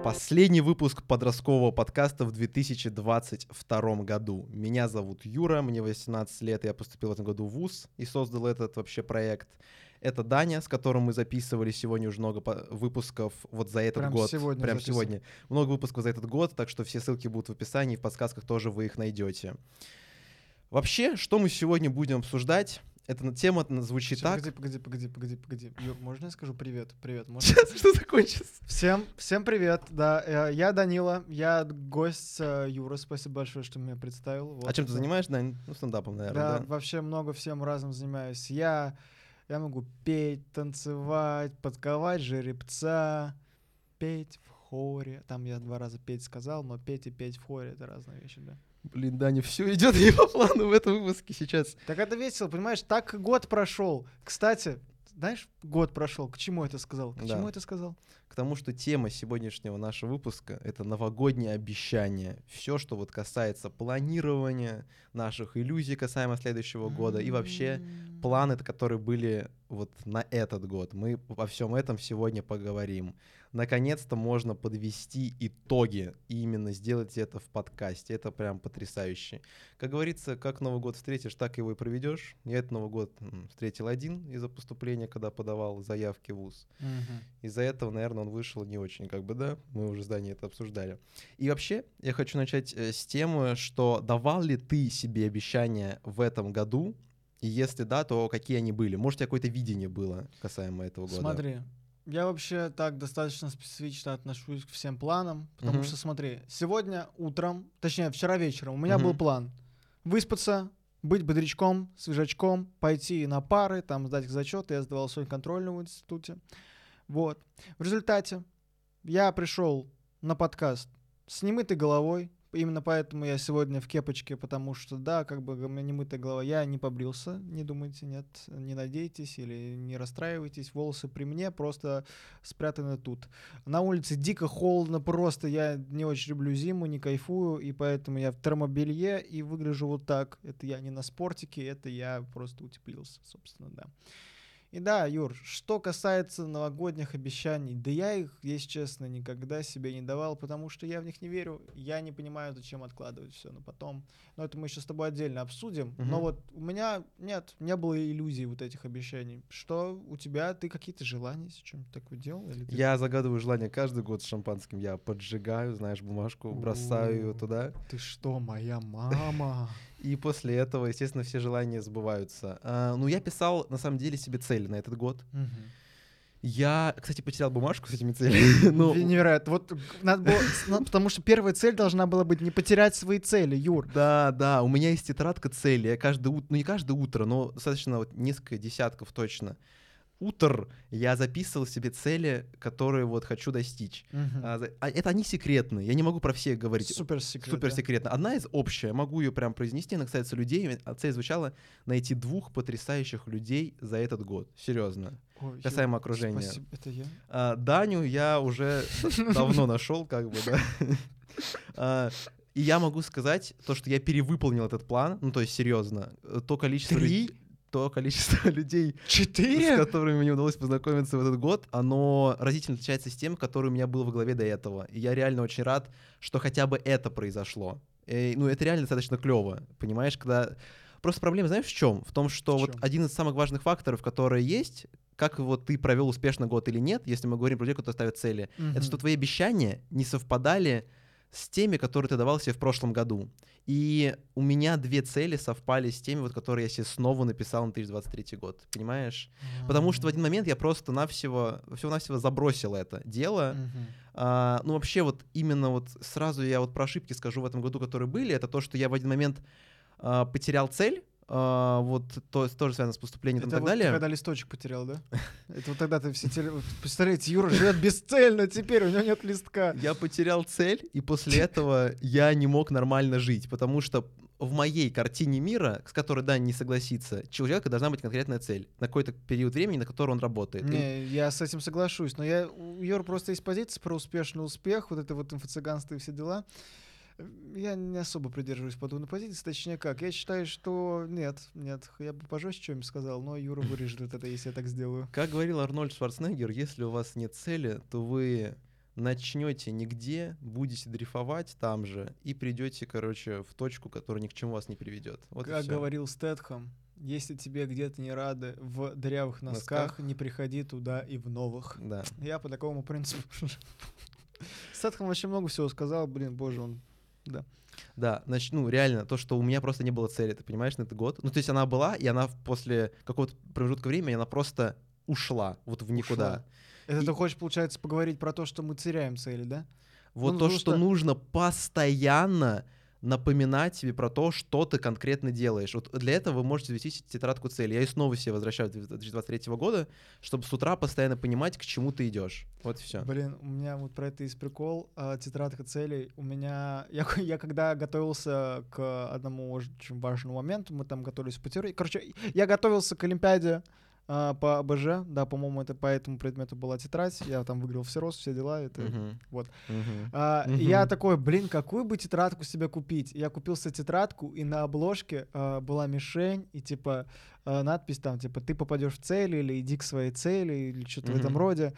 Последний выпуск подросткового подкаста в 2022 году. Меня зовут Юра, мне 18 лет, я поступил в этом году в ВУЗ и создал этот вообще проект. Это Даня, с которым мы записывали сегодня уже много выпусков вот за этот год. Прям сегодня. Много выпусков за этот год, так что все ссылки будут в описании, в подсказках тоже вы их найдете. Вообще, что мы сегодня будем обсуждать? Эта тема звучит так. Погоди. Юр, можно я скажу привет? Привет. Сейчас что закончится? Всем привет, да. Я Данила, я гость Юры. Спасибо большое, что меня представил. Вот. А чем ты занимаешься, Дань? Ну, стендапом, наверное, да? Вообще много всем разом занимаюсь. Я могу петь, танцевать, подковать жеребца, петь в хоре. Там я 2 раза петь сказал, но петь и петь в хоре — это разные вещи, да. Блин, Даня, все идет не по плану в этом выпуске сейчас. Так это весело, понимаешь? Так год прошел. Кстати, знаешь, год прошел. К чему это сказал? Чему это сказал? К тому, что тема сегодняшнего нашего выпуска — это новогодние обещания. Все, что вот касается планирования, наших иллюзий касаемо следующего года и вообще планы, которые были вот на этот год. Мы обо всем этом сегодня поговорим. Наконец-то можно подвести итоги и именно сделать это в подкасте. Это прям потрясающе. Как говорится, как Новый год встретишь, так его и проведешь. Я этот Новый год встретил один из-за поступления, когда подавал заявки в ВУЗ. Из-за этого, наверное, он вышел не очень, да, мы уже с Даней это обсуждали. И вообще, я хочу начать с темы, что давал ли ты себе обещания в этом году, и если да, то какие они были? Может, у тебя какое-то видение было касаемо этого года? Смотри, я вообще так достаточно специфично отношусь к всем планам, потому что, смотри, сегодня утром, точнее, вчера вечером у меня был план выспаться, быть бодрячком, свежачком, пойти на пары, там сдать зачеты. Я сдавал свой контрольный в институте. Вот. В результате я пришел на подкаст с немытой головой. Именно поэтому я сегодня в кепочке, потому что, да, как бы у меня немытая голова. Я не побрился, не думайте, нет, не надейтесь или не расстраивайтесь. Волосы при мне, просто спрятаны тут. На улице дико холодно просто, я не очень люблю зиму, не кайфую, и поэтому я в термобелье и выгляжу вот так. Это я не на спортике, это я просто утеплился, собственно, да. И да, Юр, что касается новогодних обещаний, да я их, если честно, никогда себе не давал, потому что я в них не верю, я не понимаю, зачем откладывать все на потом. Но это мы еще с тобой отдельно обсудим. Но вот у меня не было иллюзий вот этих обещаний. Что у тебя, ты какие-то желания, что-нибудь такое делал? Или я загадываю желание каждый год с шампанским, я поджигаю, знаешь, бумажку, бросаю ее туда. Ты что, моя мама? И после этого, естественно, все желания сбываются. Я писал, на самом деле, себе цели на этот год. Я, кстати, потерял бумажку с этими целями. Невероятно. Вот надо было, потому что первая цель должна была быть не потерять свои цели, Юр. Да, у меня есть тетрадка целей. Я не каждое утро, но достаточно несколько десятков точно утр я записывал себе цели, которые вот хочу достичь. Это они секретные, я не могу про все говорить. Супер секретно. Одна из общая, могу ее прям произнести, она касается людей. Цель звучала найти 2 потрясающих людей за этот год. Серьезно. Касаемо окружения. Спасибо, это я. Даню я уже давно нашел, да. И я могу сказать, то, что я перевыполнил этот план, то есть серьезно, то количество людей, 4? с которыми мне удалось познакомиться в этот год, оно разительно отличается с тем, которое у меня было в голове до этого. И я реально очень рад, что хотя бы это произошло. Это реально достаточно клево, понимаешь, когда... Просто проблема, знаешь, в чем? В том, что вот один из самых важных факторов, которые есть, как вот ты провел успешно год или нет, если мы говорим про людей, которые ставят цели, это что твои обещания не совпадали с теми, которые ты давал себе в прошлом году. И у меня 2 цели совпали с теми, которые я себе снова написал на 2023 год. Понимаешь? Потому что в один момент я просто-навсего забросил это дело. Вообще вот именно вот сразу я вот про ошибки скажу в этом году, которые были. Это то, что я в один момент потерял цель. Тоже связано с поступлением и так далее. Ты когда листочек потерял, да? Это вот тогда ты все представляете, Юра живет бесцельно теперь, у него нет листка. Я потерял цель, и после этого я не мог нормально жить, потому что в моей картине мира, с которой Даня не согласится, у человека должна быть конкретная цель на какой-то период времени, на который он работает. Не, я с этим соглашусь, но у Юры просто есть позиция про успешный успех, вот это вот инфо-цыганство и все дела. Я не особо придерживаюсь подобной позиции, точнее как. Я считаю, что нет, я бы пожестче что-нибудь сказал, но Юра вырежет это, если я так сделаю. Как говорил Арнольд Шварценеггер, если у вас нет цели, то вы начнете нигде, будете дрейфовать там же и придете, короче, в точку, которая ни к чему вас не приведет. Вот как говорил Стэтхэм, если тебе где-то не рады в дырявых носках, не приходи туда и в новых. Да. Я по такому принципу. Стэтхэм вообще много всего сказал, блин, боже, он... Да. Да, значит, реально, то, что у меня просто не было цели, ты понимаешь, на этот год. Ну, то есть она была, и она после какого-то промежутка времени, она просто ушла вот в никуда. Это ты хочешь, получается, поговорить про то, что мы теряем цели, да? Вот то, что нужно постоянно напоминать себе про то, что ты конкретно делаешь. Вот для этого вы можете завести тетрадку целей. Я ее снова себе возвращаю до 2023 года, чтобы с утра постоянно понимать, к чему ты идешь. Вот и все. Блин, у меня вот про это есть прикол. Тетрадка целей. У меня... Я когда готовился к одному очень важному моменту, мы там готовились по теории. Короче, я готовился к Олимпиаде по АБЖ, да, по-моему, это по этому предмету была тетрадь, я там выиграл всерос, все дела, это вот. Я такой, блин, какую бы тетрадку себе купить? Я купил себе тетрадку, и на обложке была мишень, и типа надпись там, типа, ты попадешь в цель, или иди к своей цели, или что-то в этом роде.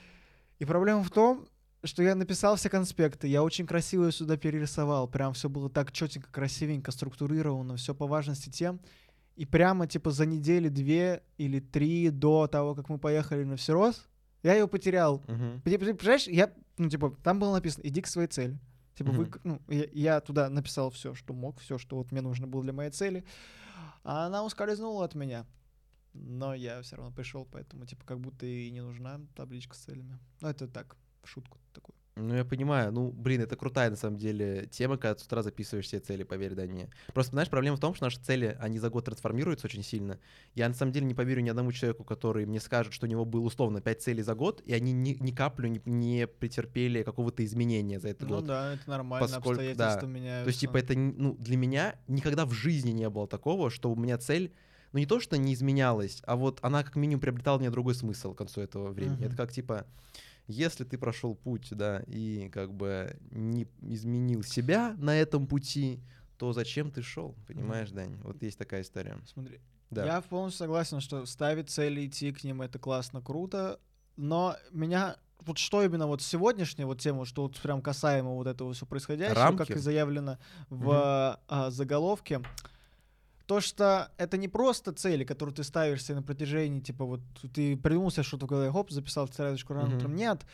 И проблема в том, что я написал все конспекты, я очень красиво сюда перерисовал, прям все было так четенько, красивенько, структурировано, все по важности тем. И прямо, типа, за недели 2 или 3 до того, как мы поехали на всерос, я ее потерял. Понимаешь, там было написано, иди к своей цели. Типа, я туда написал все, что мог, все, что вот мне нужно было для моей цели. А она ускользнула от меня. Но я все равно пришел, поэтому, типа, как будто и не нужна табличка с целями. Ну, это так, в шутку такую. Ну, я понимаю. Ну, блин, это крутая, на самом деле, тема, когда ты с утра записываешь все цели, поверь, да, не. Просто, знаешь, проблема в том, что наши цели, они за год трансформируются очень сильно. Я, на самом деле, не поверю ни одному человеку, который мне скажет, что у него было, условно, 5 целей за год, и они ни каплю не претерпели какого-то изменения за этот год. Ну да, это нормально, обстоятельства меняются. То есть, типа, это, для меня никогда в жизни не было такого, что у меня цель, ну, не то, что не изменялась, а вот она, как минимум, приобретала мне другой смысл к концу этого времени. Это как, типа... Если ты прошел путь, да, и как бы не изменил себя на этом пути, то зачем ты шел, понимаешь, Дань? Вот есть такая история. Смотри, да. Я полностью согласен, что ставить цели, идти к ним — это классно, круто, но меня... Вот что именно вот сегодняшняя вот тема, что вот прям касаемо вот этого всего происходящего, рамки? Как и заявлено в заголовке, то, что это не просто цели, которые ты ставишь себе на протяжении, типа вот ты придумал себе что-то в голове, хоп, записал тетрадочку рано утром. Нет.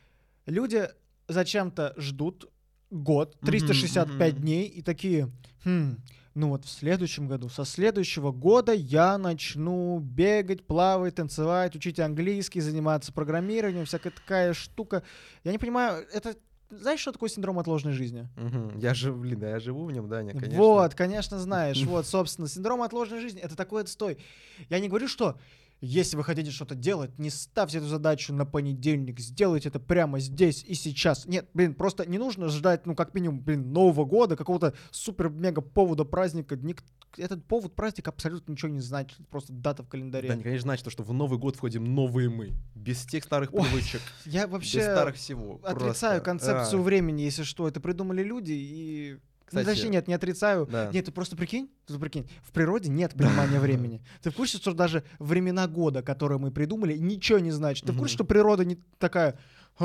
Люди зачем-то ждут год, 365 дней и такие, ну вот в следующем году, со следующего года я начну бегать, плавать, танцевать, учить английский, заниматься программированием, всякая такая штука. Я не понимаю, это... Знаешь, что такое синдром отложенной жизни? Я живу в нем, да, конечно. Вот, конечно, знаешь. Вот, собственно, синдром отложенной жизни — это такой отстой. Я не говорю, что если вы хотите что-то делать, не ставьте эту задачу на понедельник, сделайте это прямо здесь и сейчас. Нет, просто не нужно ждать, как минимум, Нового года, какого-то супер-мега повода, праздника. Этот повод, праздник абсолютно ничего не значит, просто дата в календаре. Да, конечно, значит, что в Новый год входим новые мы, без тех старых привычек, я вообще без старых всего. Отрицаю концепцию времени, если что. Это придумали люди и... Кстати, точнее, нет, не отрицаю. Да. Нет, ты просто прикинь, в природе нет понимания времени. Ты в курсе, что даже времена года, которые мы придумали, ничего не значит? Ты в курсе, что природа не такая...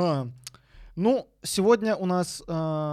сегодня у нас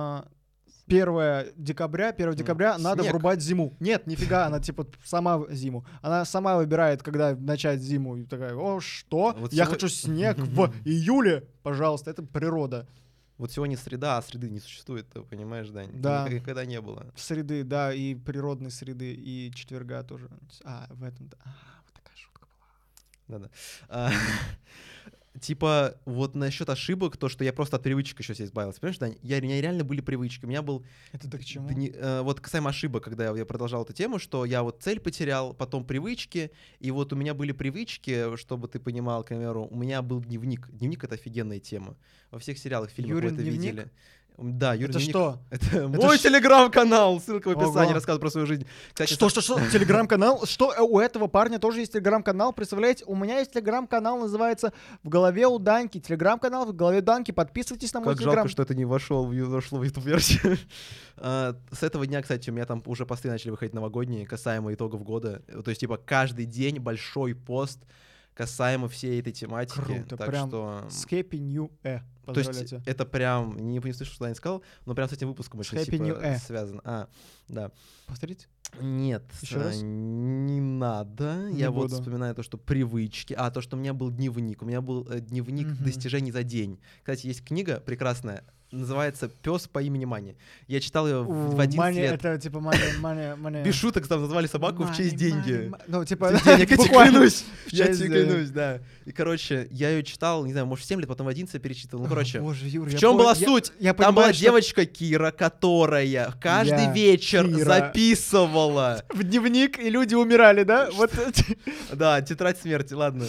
1 декабря надо врубать зиму. Нет, нифига, она типа сама зиму. Она сама выбирает, когда начать зиму. И такая, что? Вот я хочу снег в июле, пожалуйста, это природа. Вот сегодня среда, а среды не существует, ты понимаешь, Дань? Да. Никогда не было. Среды, да, и природной среды, и четверга тоже. В этом... вот такая шутка была. Да-да. Типа, вот насчет ошибок, то, что я просто от привычек еще себе избавился. Понимаешь, Дань? У меня реально были привычки. У меня был... Это так к чему? Вот касаемо ошибок, когда я продолжал эту тему, что я вот цель потерял, потом привычки, и вот у меня были привычки, чтобы ты понимал, к примеру, у меня был дневник. Дневник — это офигенная тема. Во всех сериалах, фильмах вы это видели. Да, Юрий Это дневник. что? Это мой телеграм-канал. Ссылка в описании, рассказываю про свою жизнь. Кстати, что? Телеграм-канал? Что? У этого парня тоже есть телеграм-канал. Представляете? У меня есть телеграм-канал, называется «В голове у Даньки». Телеграм-канал «В голове Даньки». Подписывайтесь на мой телеграм. Как жалко, что это не вошло в YouTube-версию. С этого дня, кстати, у меня там уже посты начали выходить новогодние, касаемо итогов года. То есть, типа, каждый день большой пост касаемо всей этой тематики. Круто, так прям что... Happy New Year. То есть Поздравляю тебя. это прям, не слышу, что Даня сказал, но прям с этим выпуском очень Happy New Year. связано. Да. Повторите? Нет, Еще раз? не надо. Не Я вот буду. вспоминаю то, что привычки. То, что у меня был дневник. У меня был дневник достижений за день. Кстати, есть книга прекрасная. Называется «Пес по имени Мани». Я читал ее в 11 Мани, лет. это типа Мани. Без шуток там назвали собаку в честь деньги. Ну, типа, В честь денег, я тебе буквально клянусь. в Я честь тебе денег. клянусь, да. И, короче, я ее читал, не знаю, может, в 7 лет, потом в 11 перечитывал. Ну, короче, Боже, Юра, в я чем понял- была я- суть? Я Там была понимаю, что девочка Кира, которая каждый Я вечер Кира. записывала. в дневник, и люди умирали, да? Вот Да, тетрадь смерти, ладно.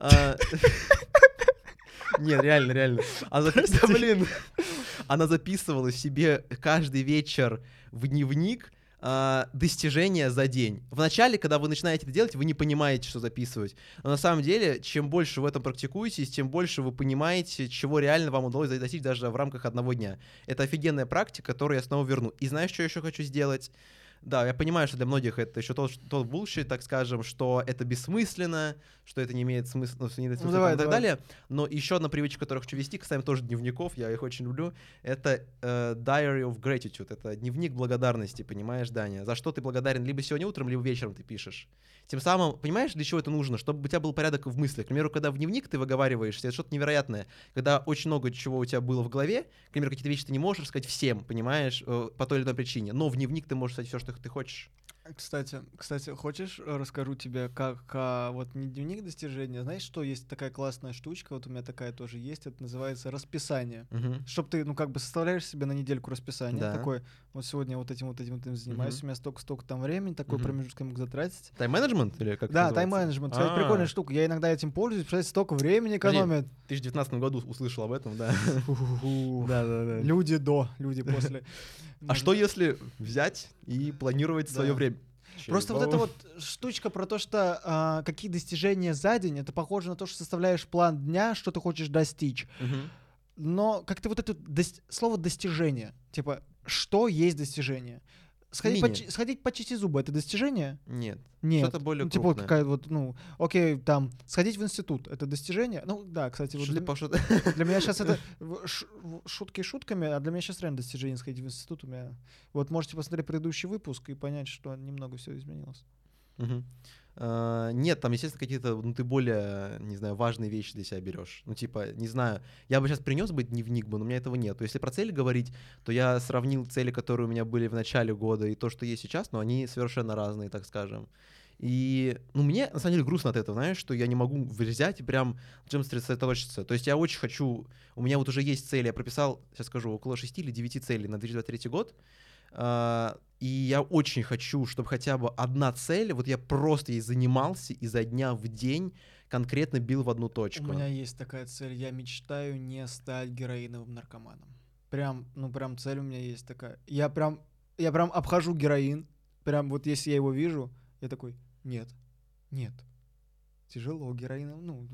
Нет, реально. Она записывала себе каждый вечер в дневник достижения за день. Вначале, когда вы начинаете это делать, вы не понимаете, что записывать. Но на самом деле, чем больше в этом практикуетесь, тем больше вы понимаете, чего реально вам удалось достичь даже в рамках одного дня. Это офигенная практика, которую я снова верну. И знаешь, что я еще хочу сделать? Да, я понимаю, что для многих это еще тот bullshit, так скажем, что это бессмысленно, что это не имеет смысла, и так далее. Но еще одна привычка, которую хочу вести, касаемо тоже дневников, я их очень люблю, это diary of gratitude, это дневник благодарности, понимаешь, Даня? За что ты благодарен либо сегодня утром, либо вечером ты пишешь. Тем самым, понимаешь, для чего это нужно? Чтобы у тебя был порядок в мыслях. К примеру, когда в дневник ты выговариваешься, это что-то невероятное. Когда очень много чего у тебя было в голове, к примеру, какие-то вещи ты не можешь рассказать всем, понимаешь, по той или иной причине. Но в дневник ты можешь сказать все, что ты хочешь. Кстати, хочешь, расскажу тебе, как вот не дневник достижения, знаешь, что есть такая классная штучка, вот у меня такая тоже есть, это называется расписание. Чтоб ты, составляешь себе на недельку расписание, Да. такой, вот сегодня вот этим занимаюсь, у меня столько там времени, такой промежуток я мог затратить. Тайм-менеджмент или как это Да, называется? тайм-менеджмент, кстати, прикольная штука, я иногда этим пользуюсь, представляете, столько времени экономит. В 2019 году услышал об этом, да. Фу. Да. Люди до, люди после. А что если взять и планировать свое время? Просто вот эта вот штучка про то, что какие достижения за день, это похоже на то, что составляешь план дня, что ты хочешь достичь. Но как-то вот это слово достижение, типа, что есть достижение? Сходить почистить зубы — это достижение? Нет. Нет. Что-то более типа крупное. какая вот, окей, там, сходить в институт — это достижение? Ну, да, кстати, вот для меня сейчас это шутки шутками, а для меня сейчас реально достижение сходить в институт. У меня вот можете посмотреть предыдущий выпуск и понять, что немного все изменилось. Нет, там, естественно, какие-то, ты более, не знаю, важные вещи для себя берешь. Не знаю, я бы сейчас принес бы дневник, но у меня этого нет. То если про цели говорить, то я сравнил цели, которые у меня были в начале года, и то, что есть сейчас, но они совершенно разные, так скажем. И, мне, на самом деле, грустно от этого, знаешь, что я не могу взять и прям на чем сосредоточиться. То есть я очень хочу, у меня вот уже есть цели, я прописал, сейчас скажу, около 6 или 9 целей на 2023 год. И я очень хочу, чтобы хотя бы одна цель, вот я просто ей занимался изо дня в день конкретно бил в одну точку. У меня есть такая цель, я мечтаю не стать героиновым наркоманом. Прям цель у меня есть такая. Я прям обхожу героин, прям вот если я его вижу, я такой, нет, тяжело героином,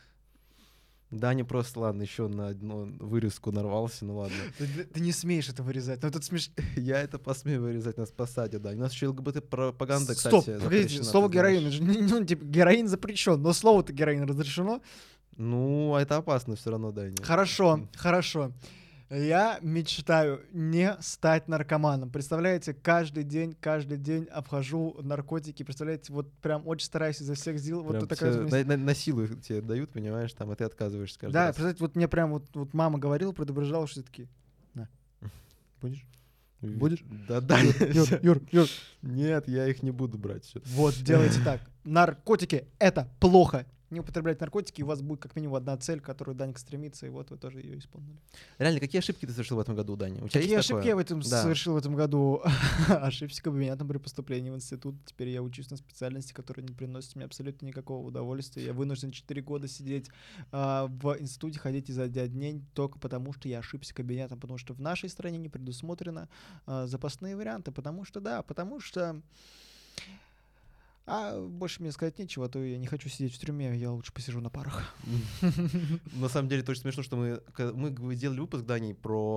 Даня просто, ладно, еще на одну вырезку нарвался, ладно. Ты не смеешь это вырезать, но это смешно. Я это посмею вырезать, нас посадят, да. У нас еще ЛГБТ-пропаганда, Стоп, кстати, погодите, слово героин, героин запрещен, но слово-то героин разрешено. Это опасно все равно, да. Хорошо. Я мечтаю не стать наркоманом. Представляете, каждый день обхожу наркотики. Представляете, вот прям очень стараюсь изо всех сил. Вот такая на силу тебе дают, понимаешь, там, и ты отказываешься каждый раз. Да, представляете, вот мне прям вот мама говорила, предупреждала, что такие, на, будешь? Будешь? Да. Юр. Нет, я их не буду брать. Всё. Вот, делайте так. Наркотики — это плохо. Не употреблять наркотики, у вас будет как минимум одна цель, к которой Даник стремится, и вот вы тоже ее исполнили. Реально, какие ошибки ты совершил в этом году, Даня? Какие ошибки я совершил в этом году? Ошибся кабинетом при поступлении в институт. Теперь я учусь на специальности, которая не приносит мне абсолютно никакого удовольствия. Я вынужден 4 года сидеть в институте, ходить изо дня в день, только потому, что я ошибся кабинетом, потому что в нашей стране не предусмотрено запасные варианты, потому что А больше мне сказать нечего, а то я не хочу сидеть в тюрьме, я лучше посижу на парах. На самом деле, это очень смешно, что мы делали выпуск, Дани,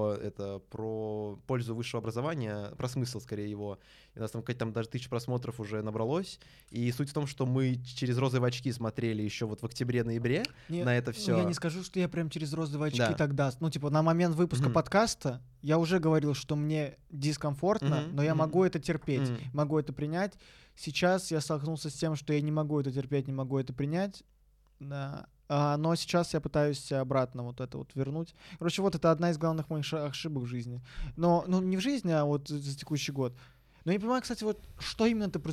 про пользу высшего образования, про смысл, скорее, его. И у нас там какая-то даже 1000 просмотров уже набралось. И суть в том, что мы через розовые очки смотрели еще вот в октябре-ноябре на это все. Я не скажу, что я прям через розовые очки Да. тогда. Ну, типа, на момент выпуска подкаста я уже говорил, что мне дискомфортно, но я могу это терпеть, могу это принять. Сейчас я столкнулся с тем, что я не могу это терпеть, не могу это принять. Да. Но сейчас я пытаюсь обратно вот это вот вернуть. Короче, вот это одна из главных моих ошибок в жизни. Но ну, не в жизни, а вот за текущий год. Но я не понимаю, кстати, вот что именно ты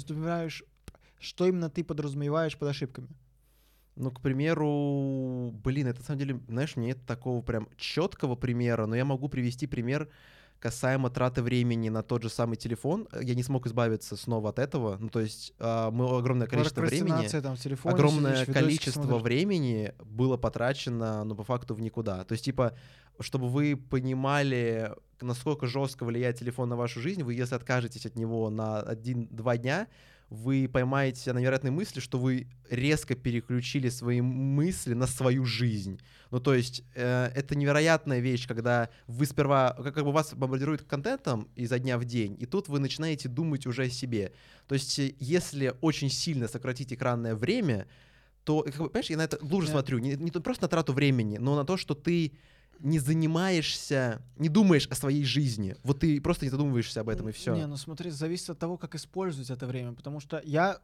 подразумеваешь под ошибками? Ну, к примеру, это на самом деле, знаешь, нет такого прям четкого примера, но я могу привести пример касаемо траты времени на тот же самый телефон. Я не смог избавиться снова от этого. Ну, то есть мы огромное количество времени, там, в телефоне огромное сидишь, количество времени было потрачено, ну, по факту в никуда. То есть, типа, чтобы вы понимали, насколько жестко влияет телефон на вашу жизнь, вы, если откажетесь от него на 1-2 дня, вы поймаете себя на невероятной мысли, что вы резко переключили свои мысли на свою жизнь. Ну, то есть это невероятная вещь, когда вы сперва, как бы вас бомбардируют контентом изо дня в день, и тут вы начинаете думать уже о себе. То есть если очень сильно сократить экранное время, то, как бы, понимаешь, я на это глубже смотрю, не просто на трату времени, но на то, что ты не занимаешься, не думаешь о своей жизни. Вот ты просто не задумываешься об этом, и все. Не, ну смотри, зависит от того, как использовать это время, потому что я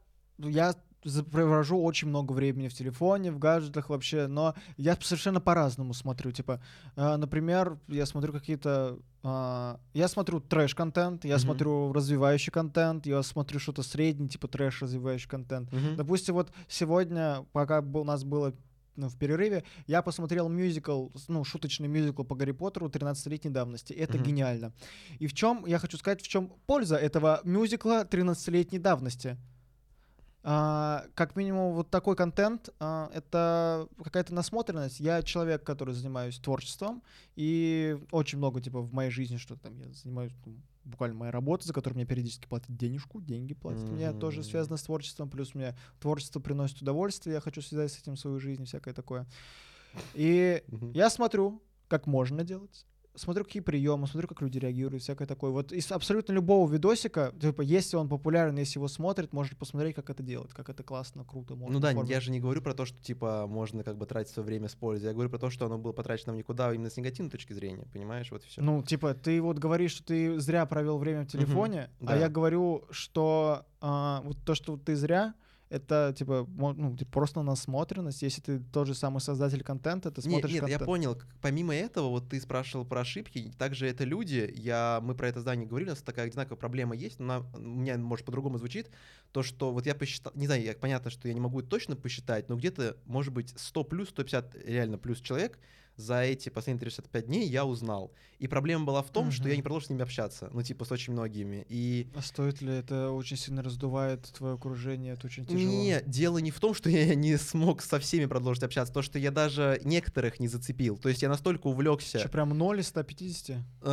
провожу очень много времени в телефоне, в гаджетах вообще, но я совершенно по-разному смотрю. Типа, например, я смотрю какие-то... я смотрю трэш-контент, я смотрю развивающий контент, я смотрю что-то среднее, типа трэш, развивающий контент. Допустим, вот сегодня, пока у нас было в перерыве, я посмотрел мюзикл, шуточный мюзикл по Гарри Поттеру 13-летней давности. Это гениально. И я хочу сказать, в чем польза этого мюзикла 13-летней давности. Как минимум, вот такой контент — это какая-то насмотренность. Я человек, который занимаюсь творчеством, и очень много, типа, в моей жизни, что там я занимаюсь, буквально моя работа, за которую мне периодически платят деньги платят мне, тоже связано с творчеством, плюс мне творчество приносит удовольствие, я хочу связать с этим свою жизнь и всякое такое. И я смотрю, как можно делать, смотрю, какие приемы, смотрю, как люди реагируют, всякое такое. Вот из абсолютно любого видосика, типа, если он популярен, если его смотрят, можно посмотреть, как это делать, как это классно, круто. Ну да, я же не говорю про то, что, типа, можно как бы тратить свое время с пользой. Я говорю про то, что оно было потрачено в никуда именно с негативной точки зрения, понимаешь, вот и все. Ну, типа, ты вот говоришь, что ты зря провел время в телефоне, а я говорю, что вот то, что ты зря, это, типа, просто насмотренность. Если ты тот же самый создатель контента, ты смотришь контент. Нет, я понял. Помимо этого, вот ты спрашивал про ошибки, также это люди, мы про это здание говорили, у нас такая одинаковая проблема есть, но у меня, может, по-другому звучит, то, что вот я посчитал, не знаю, понятно, что я не могу точно посчитать, но где-то, может быть, 100 плюс, 150 реально плюс человек за эти последние 365 дней я узнал. И проблема была в том, что я не продолжил с ними общаться, с очень многими. А стоит ли это очень сильно раздувает твое окружение, это очень тяжело? Нет, дело не в том, что я не смог со всеми продолжить общаться, то, что я даже некоторых не зацепил. То есть я настолько увлекся... Что, прям 0 из 150?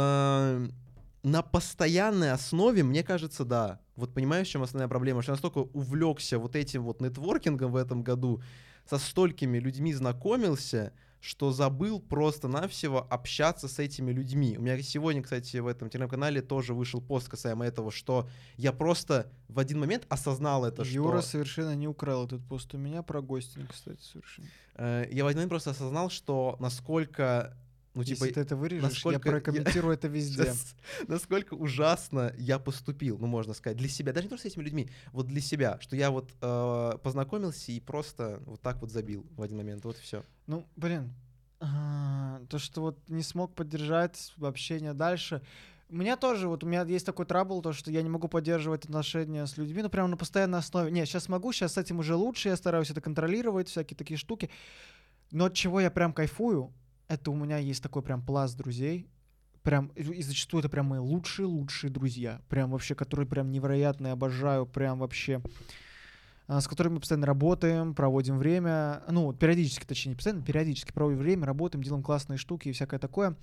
На постоянной основе, мне кажется, да. Вот понимаешь, в чем основная проблема? Что я настолько увлекся вот этим вот нетворкингом в этом году, со столькими людьми знакомился, что забыл просто-навсего общаться с этими людьми. У меня сегодня, кстати, в этом телеграм-канале тоже вышел пост касаемо этого, что я просто в один момент осознал это, Юра совершенно не украл этот пост у меня про гостинг, кстати, совершенно. Я в один момент просто осознал, что насколько... Если ты это вырежешь, я прокомментирую это везде. Насколько ужасно я поступил, можно сказать, для себя. Даже не только с этими людьми, вот для себя. Что я вот познакомился и просто вот так вот забил в один момент. Вот и все. Ну, блин, то, что вот не смог поддержать общение дальше. У меня есть такой трабл, то, что я не могу поддерживать отношения с людьми, прямо на постоянной основе. Не, сейчас могу, сейчас с этим уже лучше, я стараюсь это контролировать, всякие такие штуки. Но от чего я прям кайфую, это у меня есть такой прям пласт друзей, прям, и зачастую это прям мои лучшие друзья, прям вообще, которые прям невероятно обожаю, прям вообще, с которыми мы постоянно работаем, проводим время, периодически, точнее, не постоянно, периодически проводим время, работаем, делаем классные штуки и всякое такое.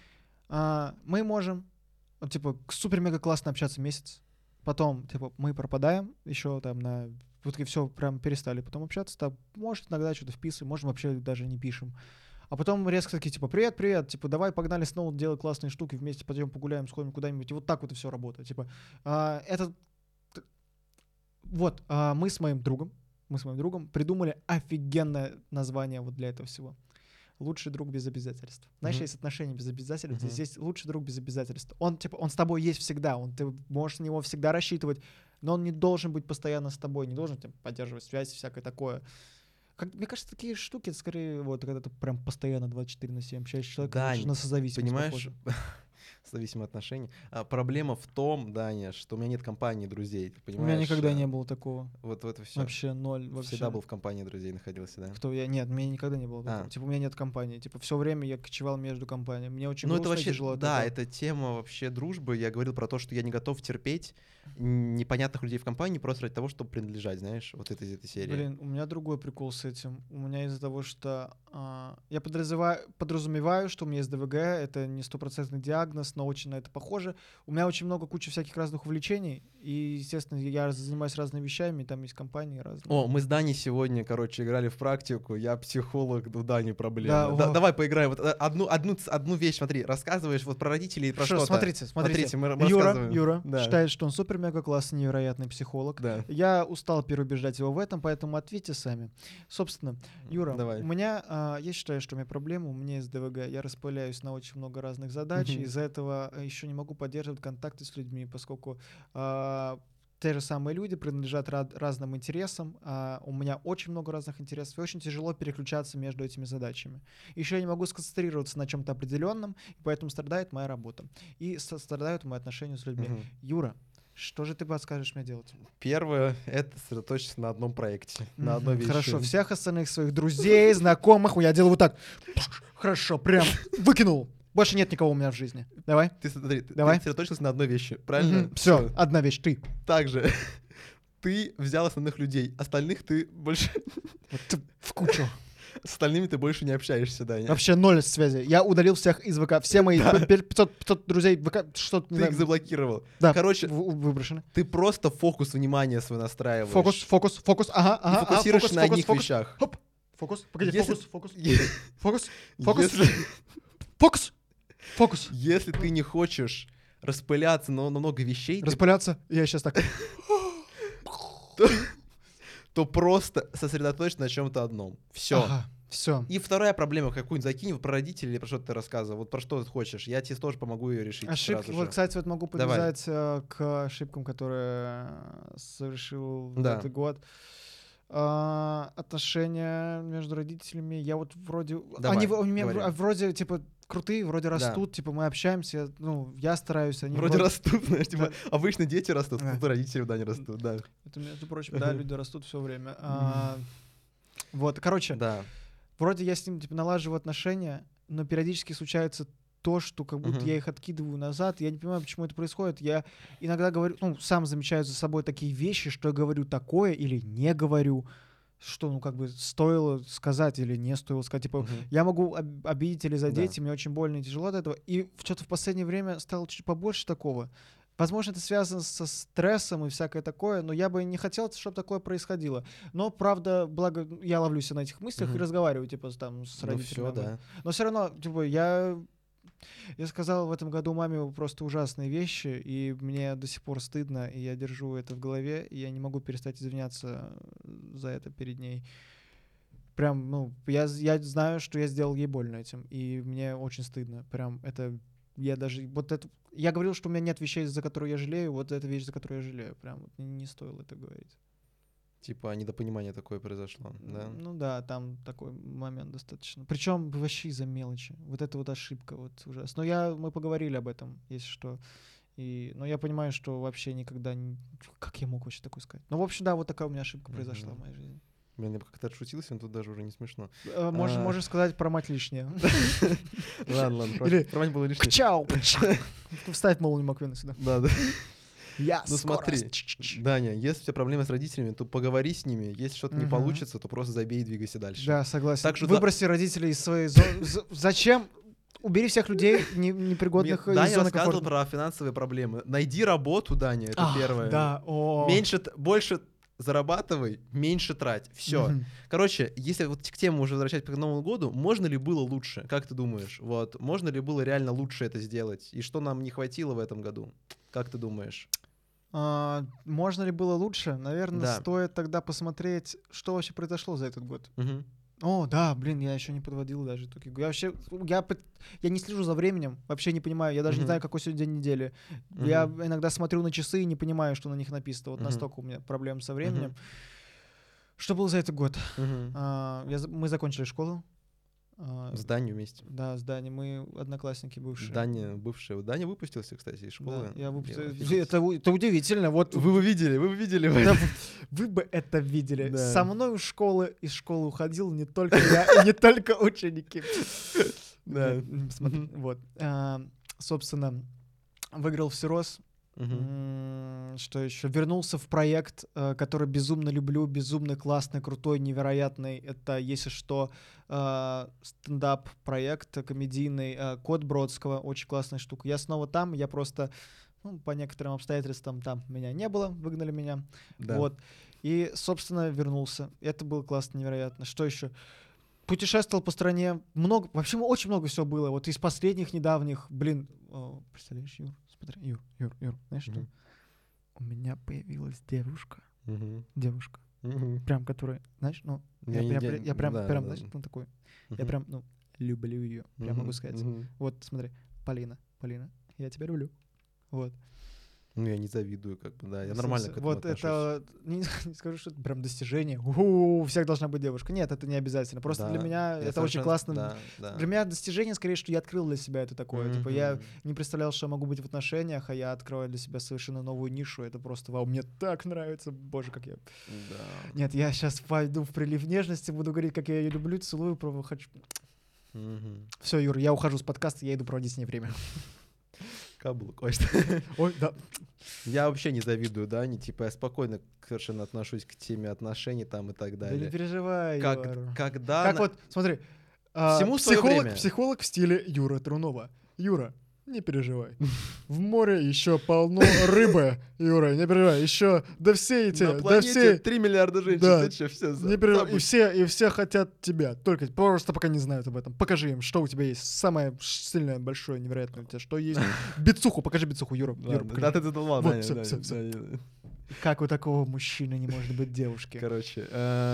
Мы можем, супер-мега классно общаться месяц, потом, мы пропадаем еще там на Вот такие, все, прям перестали потом общаться. Там, может, иногда что-то вписываем, может, вообще даже не пишем. А потом резко такие, типа, привет, привет, типа, давай погнали снова делать классные штуки, вместе пойдем погуляем, сходим куда-нибудь. И вот так вот и все работает. Типа, мы с моим другом придумали офигенное название вот для этого всего. Лучший друг без обязательств. Знаешь, есть отношения без обязательств, здесь лучший друг без обязательств. Он с тобой есть всегда, ты можешь на него всегда рассчитывать, но он не должен быть постоянно с тобой, не должен поддерживать связь, всякое такое. Мне кажется, такие штуки, это скорее, вот, когда ты прям постоянно 24/7 общаешься с человеком, Да, на созависимость понимаешь, похоже. зависимые отношения. Проблема в том, Даня, что у меня нет компании друзей, ты У понимаешь? меня никогда не было такого. Вот это все. Вообще ноль. Всегда был в компании друзей, находился, да? Кто я? Нет, у меня никогда не было такого. Типа, у меня нет компании. Типа, все время я кочевал между компаниями. Мне очень грустно и тяжело. Да, это тема вообще дружбы. Я говорил про то, что я не готов терпеть непонятных людей в компании просто ради того, чтобы принадлежать, знаешь, вот этой серии. Блин, у меня другой прикол с этим. У меня из-за того, что я подразумеваю, что у меня есть ДВГ, это не стопроцентный диагноз, но очень на это похоже. У меня очень много кучи всяких разных увлечений, и, естественно, я занимаюсь разными вещами, там есть компании разные. О, мы с Даней сегодня, играли в практику, я психолог, у Дани проблемы. Давай поиграем. Вот одну вещь, смотри, рассказываешь вот про родителей и про что-то. Смотрите, мы рассказываем. Юра считает, что он супер-мега-классный, невероятный психолог. Да. Я устал переубеждать его в этом, поэтому ответьте сами. Собственно, Юра, Давай. у меня, я считаю, что у меня проблема, у меня есть ДВГ, я распыляюсь на очень много разных задач, из-за этого еще не могу поддерживать контакты с людьми, поскольку те же самые люди принадлежат разным интересам, у меня очень много разных интересов, и очень тяжело переключаться между этими задачами. Еще я не могу сконцентрироваться на чем-то определенном, и поэтому страдает моя работа. И страдают мои отношения с людьми. Юра, что же ты подскажешь мне делать? Первое — это сосредоточиться на одном проекте, на одной вещи. Хорошо, всех остальных своих друзей, знакомых я делаю вот так. Хорошо, прям выкинул. Больше нет никого у меня в жизни. Давай. Ты сосредоточился на одной вещи, правильно? Все, одна вещь, ты. Также ты взял основных людей, остальных ты больше... Вот ты в кучу. С остальными ты больше не общаешься, да? Вообще ноль связи. Я удалил всех из ВК. Все мои 500 друзей ВК, что-то... Ты их заблокировал. Да, короче, выброшены. Ты просто фокус внимания свой настраиваешь. Фокус, ага. И фокусируешь на одних вещах. Хоп, фокус, погоди, фокус. Если ты не хочешь распыляться на много вещей... Распыляться? Я сейчас так... то просто сосредоточься на чем-то одном. Все. Ага, все. И вторая проблема, какую-нибудь закинь, про родителей или про что ты рассказывал. Вот про что ты хочешь. Я тебе тоже помогу ее решить. Ошибки. Вот, кстати, вот могу подвязать к ошибкам, которые совершил в этот год. Отношения между родителями. Я вот вроде... Они у меня вроде, типа, крутые, вроде растут, типа, мы общаемся, я стараюсь, они... Вроде растут, знаешь, типа, обычно дети растут, тут родители, не растут, да. Это, между прочим, да, люди растут все время. Вот, короче, вроде я с ним, типа, налаживаю отношения, но периодически случается то, что как будто я их откидываю назад, я не понимаю, почему это происходит. Я иногда говорю, сам замечаю за собой такие вещи, что я говорю такое или не говорю, что, стоило сказать или не стоило сказать. Типа, я могу обидеть или задеть, и мне очень больно и тяжело от этого. И что-то в последнее время стало чуть побольше такого. Возможно, это связано со стрессом и всякое такое, но я бы не хотел, чтобы такое происходило. Но, правда, благо, я ловлюсь на этих мыслях и разговариваю, типа, там, с родителями. Да. Но все равно, типа, я сказал в этом году маме просто ужасные вещи, и мне до сих пор стыдно, и я держу это в голове, и я не могу перестать извиняться за это перед ней. Прям, я знаю, что я сделал ей больно этим, и мне очень стыдно. Прям это... Я говорил, что у меня нет вещей, за которые я жалею, вот эта вещь, за которую я жалею. Прям не стоило это говорить. Типа недопонимание такое произошло, да? Ну да, там такой момент достаточно. Причем вообще из-за мелочи. Вот это вот ошибка вот ужасно. Но мы поговорили об этом, если что. Но я понимаю, что вообще никогда... Как я мог вообще такое сказать? Ну, в общем, да, вот такая у меня ошибка произошла в моей жизни. Блин, я как-то отшутился, но тут даже уже не смешно. Можешь сказать про мать лишнее. Ладно, про мать было лишнее. Чау! Вставить молнию Маквина сюда. Да. Ну смотри, Даня, если у тебя проблемы с родителями, то поговори с ними. Если что-то не получится, то просто забей и двигайся дальше. Да, согласен. Выброси родителей из своей зоны. Зачем? Убери всех людей непригодных из зоны комфорта. Даня рассказывал про финансовые проблемы. Найди работу, Даня, это первое. Да, больше зарабатывай, меньше трать. Все. Короче, если вот к теме уже возвращать к Новому году, можно ли было лучше? Как ты думаешь? Вот, можно ли было реально лучше это сделать? И что нам не хватило в этом году? Как ты думаешь? Можно ли было лучше? Наверное, Да. стоит тогда посмотреть, что вообще произошло за этот год. Мгм. О, да, блин, я еще не подводил даже итоги. Я не слежу за временем, вообще не понимаю, я даже не Мгм. знаю, какой сегодня день недели. Мгм. Я иногда смотрю на часы и не понимаю, что на них написано. Вот Мгм. настолько у меня проблем со временем. Мгм. Что было за этот год? Мгм. Мы закончили школу. В здании вместе. Да, здание. Мы одноклассники бывшие. Даня, бывший. Даня выпустился, кстати, из школы. Да, я выпустил. офигеть. Это удивительно. Вот Вы бы видели. да, вы бы это видели. Да. Со мной из школы уходил не только я, и не только ученики. Да. Смотри, Мгм. вот. Собственно, выиграл всерос. Мгм. Что еще? Вернулся в проект, который безумно люблю, безумно классный, крутой, невероятный. Это, если что, стендап-проект комедийный «Код Бродского». Очень классная штука. Я снова там, я просто, по некоторым обстоятельствам там меня не было, выгнали меня. Да. Вот. И, собственно, вернулся. Это было классно, невероятно. Что еще? Путешествовал по стране. Вообще очень много всего было. Вот из последних недавних, представляешь, Юр, смотри, Юр, знаешь что? Мгм. У меня появилась девушка, Мгм. прям, которая, знаешь, я прям, да. знаешь, такой, я прям, люблю ее, прям могу сказать. Мгм. Вот, смотри, Полина, я тебя люблю. Вот. Ну, я не завидую, как бы, да. Я С- нормально с- к этому Вот отношусь. это, не скажу, что это прям достижение. У всех должна быть девушка. Нет, это не обязательно. Просто для Да, меня я это очень совершенно- классно. Да. Для меня достижение, скорее, что я открыл для себя это такое. Типа, я Мгм. не представлял, что я могу быть в отношениях, а я открываю для себя совершенно новую нишу. Это просто вау, мне так нравится. Боже, как я... Да. Нет, я сейчас пойду в прилив нежности, буду говорить, как я ее люблю, целую, хочу. Мгм. Все, Юр, я ухожу с подкаста, я иду проводить с ней время. Каблук. Ой, что- Ой, да. Я вообще не завидую Дане, типа я спокойно совершенно отношусь к теме отношений там и так Да не далее. переживай, Юр. Когда... Как вот, смотри, Всему своё время. психолог в стиле Юра Трунова. Юра, не переживай. В море еще полно рыбы, Юра, не переживай. Еще, да все эти, На да планете все, 3 миллиарда женщин, да, ты чё, все не переживай. И все хотят тебя, только просто пока не знают об этом. Покажи им, что у тебя есть. Самое сильное, большое, невероятное у тебя, что есть. Бицуху, покажи бицуху, Юра. Юра, покажи. Да, ты задолбал, Вот, Даня, всё, Даня, всё, всё. Даня. Как у такого мужчины не может быть девушки? Короче,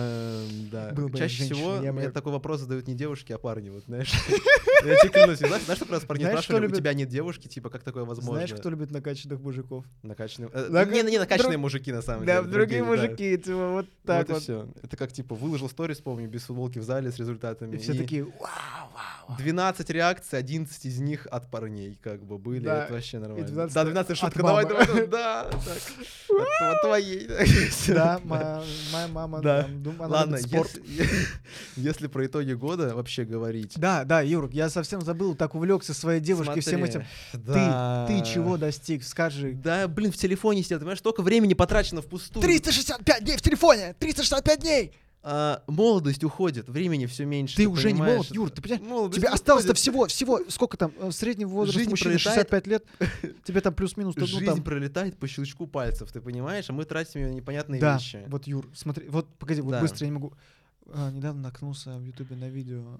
да. Был бы я Чаще женщиной, всего я бы- мне такой вопрос задают не девушки, а парни, вот, знаешь. Я тебе клянусь, знаешь, что раз парни Знаешь, кто спрашивали, у любит- тебя нет девушки, типа, как такое возможно? Знаешь, кто любит накачанных мужиков? Накачанные... Нак- Не накачанные друг- мужики, на самом Да, деле. другие другие, да. мужики, типа, вот так Вот и вот. все. Это как, типа, выложил сторис, помню, без футболки в зале с результатами. И все такие, вау. 12 реакций, 11 из них от парней, как бы, были. Да, Это вообще нормально. 12 Да, 12 от шутка, мамы. давай. Да, так. От твоей. Да, моя мама, Да. она Ладно, любит спорт. если про итоги года вообще говорить. Да, Юр, я совсем забыл, так увлекся своей девушкой, всем Смотри, этим. да. Ты чего достиг, скажи. Да, блин, в телефоне сидел, ты понимаешь, столько времени потрачено впустую. 365 дней в телефоне! 365 дней! Молодость уходит, времени все меньше. Ты уже не понимаешь? молод, Юр, ты понимаешь? Молодость Тебе осталось-то уходит. всего, сколько там, средний возраст Жизнь мужчины пролетает. 65 лет, тебе там плюс-минус, ну, Жизнь там... пролетает по щелчку пальцев, ты понимаешь? А мы тратим ее на непонятные Да, вещи. вот, Юр, смотри, вот, погоди, вот Да. быстро, я не могу. Недавно наткнулся в Ютубе на видео,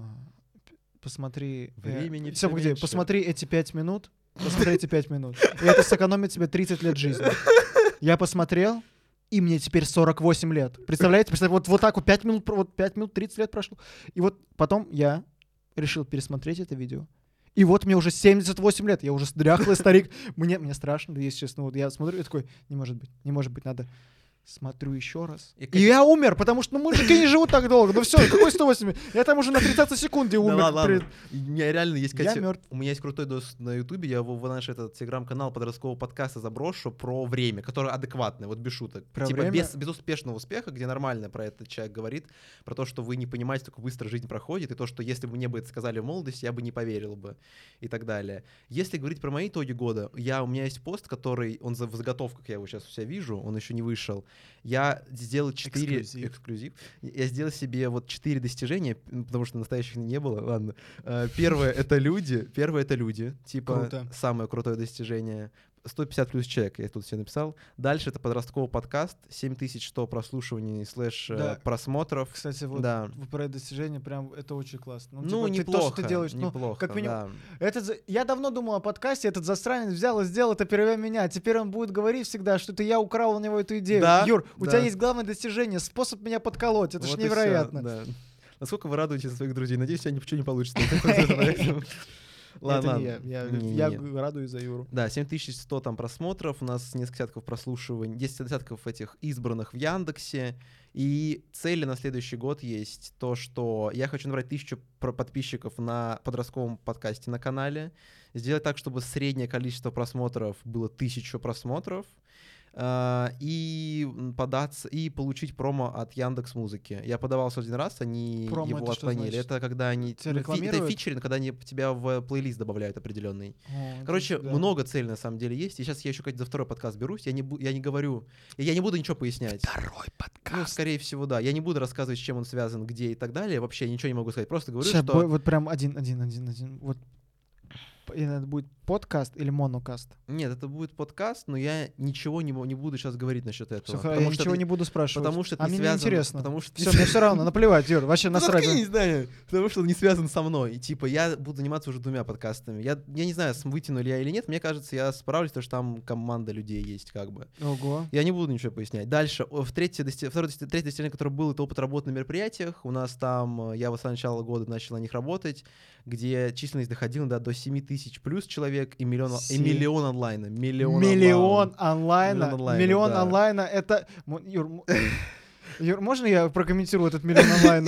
посмотри... Времени всё, всё погоди, меньше. посмотри эти 5 минут, посмотри эти 5 минут, и это сэкономит тебе 30 лет жизни. Я посмотрел, и мне теперь 48 лет. Представляете? Вот так вот 5 минут, 30 лет прошло. И вот потом я решил пересмотреть это видео. И вот мне уже 78 лет, я уже дряхлый старик. Мне страшно, если честно. Вот я смотрю и такой, не может быть, надо... Смотрю еще раз. И И я умер, потому что мужики не живут так долго. Ну все, какой 108? Я там уже на 30 секунде Да умер. ладно. У меня реально есть, Я мертв. у меня есть крутой дос на Ютубе, я его в наш этот телеграм-канал подросткового подкаста заброшу про время, которое адекватное, вот без шуток. Про типа время? без успешного успеха, где нормально про этот человек говорит, про то, что вы не понимаете, как быстро жизнь проходит, и то, что если бы мне бы это сказали в молодости, я бы не поверил бы, и так далее. Если говорить про мои итоги года, у меня есть пост, который, он в заготовках, я его сейчас у себя вижу, он еще не вышел. Я сделал 4... Эксклюзив. Я сделал себе вот 4 достижения, потому что настоящих не было, ладно. Первое — это люди. Типа, Круто. самое крутое достижение. 150 плюс человек, я тут все написал. Дальше это подростковый подкаст, 7100 прослушиваний / просмотров. Кстати, вот да. вы про достижение, прям это очень классно. Ну, типа, неплохо, то, что ты делаешь, неплохо, как минимум. да. Я давно думал о подкасте, этот засранец взял и сделал это первее меня. Теперь он будет говорить всегда, что это я украл у него эту идею. Да, Юр, у тебя есть главное достижение, способ меня подколоть. Это вот ж невероятно. Всё, да. Насколько вы радуетесь за своих друзей? Надеюсь, у тебя ничего не получится. Ладно, я радуюсь за Юру. Да, 7100 там просмотров, у нас несколько десятков прослушиваний, 10 десятков этих избранных в Яндексе. И цели на следующий год есть то, что я хочу набрать 1000 подписчиков на подростковом подкасте на канале, сделать так, чтобы среднее количество просмотров было 1000 просмотров, и податься и получить промо от Яндекс.Музыки. Я подавался один раз, они промо его отклонили. Это когда они это фичеринг, когда они тебя в плейлист добавляют определенный. Короче, много целей на самом деле есть. И сейчас я еще за второй подкаст берусь. Я не говорю, я не буду ничего пояснять. Второй подкаст. Ну, скорее всего, да. Я не буду рассказывать, с чем он связан, где и так далее. Вообще ничего не могу сказать. Просто говорю, сейчас что... Вот прям один. Вот это будет подкаст или монокаст? Нет, это будет подкаст, но я ничего не буду сейчас говорить насчет этого. Все, я ничего не буду спрашивать. Потому что это мне связано, не интересно. Потому что все, мне все равно, наплевать, Юр, вообще насрать. Не знаю, потому что он не связан со мной. И типа я буду заниматься уже 2 подкастами. Я не знаю, вытяну ли я или нет. Мне кажется, я справлюсь, потому что там команда людей есть как бы. Ого. Я не буду ничего пояснять. Дальше, третье достижение, которое было, это опыт работы на мероприятиях. У нас там, я вот с начала года начал на них работать, где численность доходила до 7000 плюс человек и миллион онлайна. Миллион онлайна, это... Юр, можно я прокомментирую этот миллион онлайна?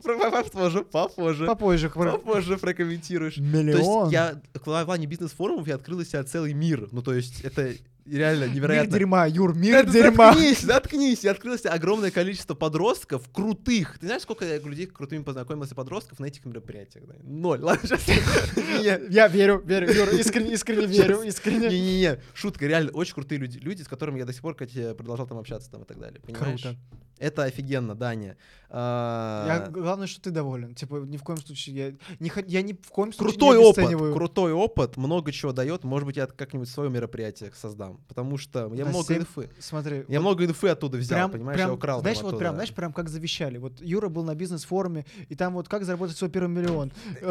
Попозже прокомментируешь. Миллион? То есть в плане бизнес-форумов я открыл для себя целый мир. Ну, то есть это реально невероятно. Мир дерьма, Юр, мир дерьма. Заткнись. Я открыл себе огромное количество подростков крутых. Ты знаешь, сколько я людей крутыми познакомился подростков на этих мероприятиях? 0. Ладно, сейчас. Я верю, Юр, искренне верю, искренне. Не-не-не, шутка, реально очень крутые люди, с которыми я до сих пор, кстати, продолжал там общаться там и так далее. Понимаешь? Круто. Это офигенно, Даня. Главное, что ты доволен. Типа, ни в коем случае я ни в коем случае крутой не обесцениваю. Крутой опыт, много чего дает. Может быть, я как-нибудь свое мероприятие создам. Потому что я много инфы. Смотри. Я много инфы оттуда взял, понимаешь? Я украл. Знаешь, прям как завещали. Вот Юра был на бизнес-форуме, и там вот как заработать свой первый миллион.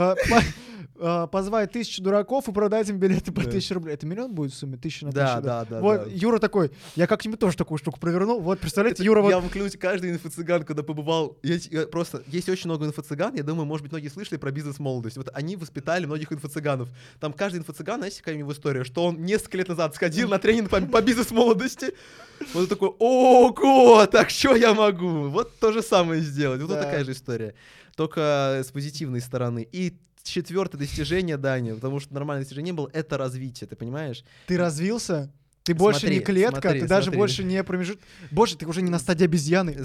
Позвать 1000 дураков и продать им билеты по 1000 рублей. Это миллион будет в сумме? 1000 на 1000? Да. Вот Юра такой, я как-нибудь тоже такую штуку провернул. Вот, представляете, Юра вот... Я вам клянусь, каждый инфо-цыган, когда побывал... Просто есть очень много инфо-цыган. Я думаю, может быть, многие слышали про бизнес-молодость. Вот они воспитали многих инфо-цыганов. Там каждый инфо-цыган, знаете, какая-нибудь история, что он несколько лет назад сходил на тренинг по бизнес-молодости. Вот такой, ого, так что я могу? Вот то же самое сделать. Вот такая же история. Только с позитивной стороны. И 4-е достижение, Даня, потому что нормальное достижение было, это развитие, ты понимаешь? Ты развился? Ты больше не клетка, ты даже больше не промежуток. Боже, ты уже не на стадии обезьяны.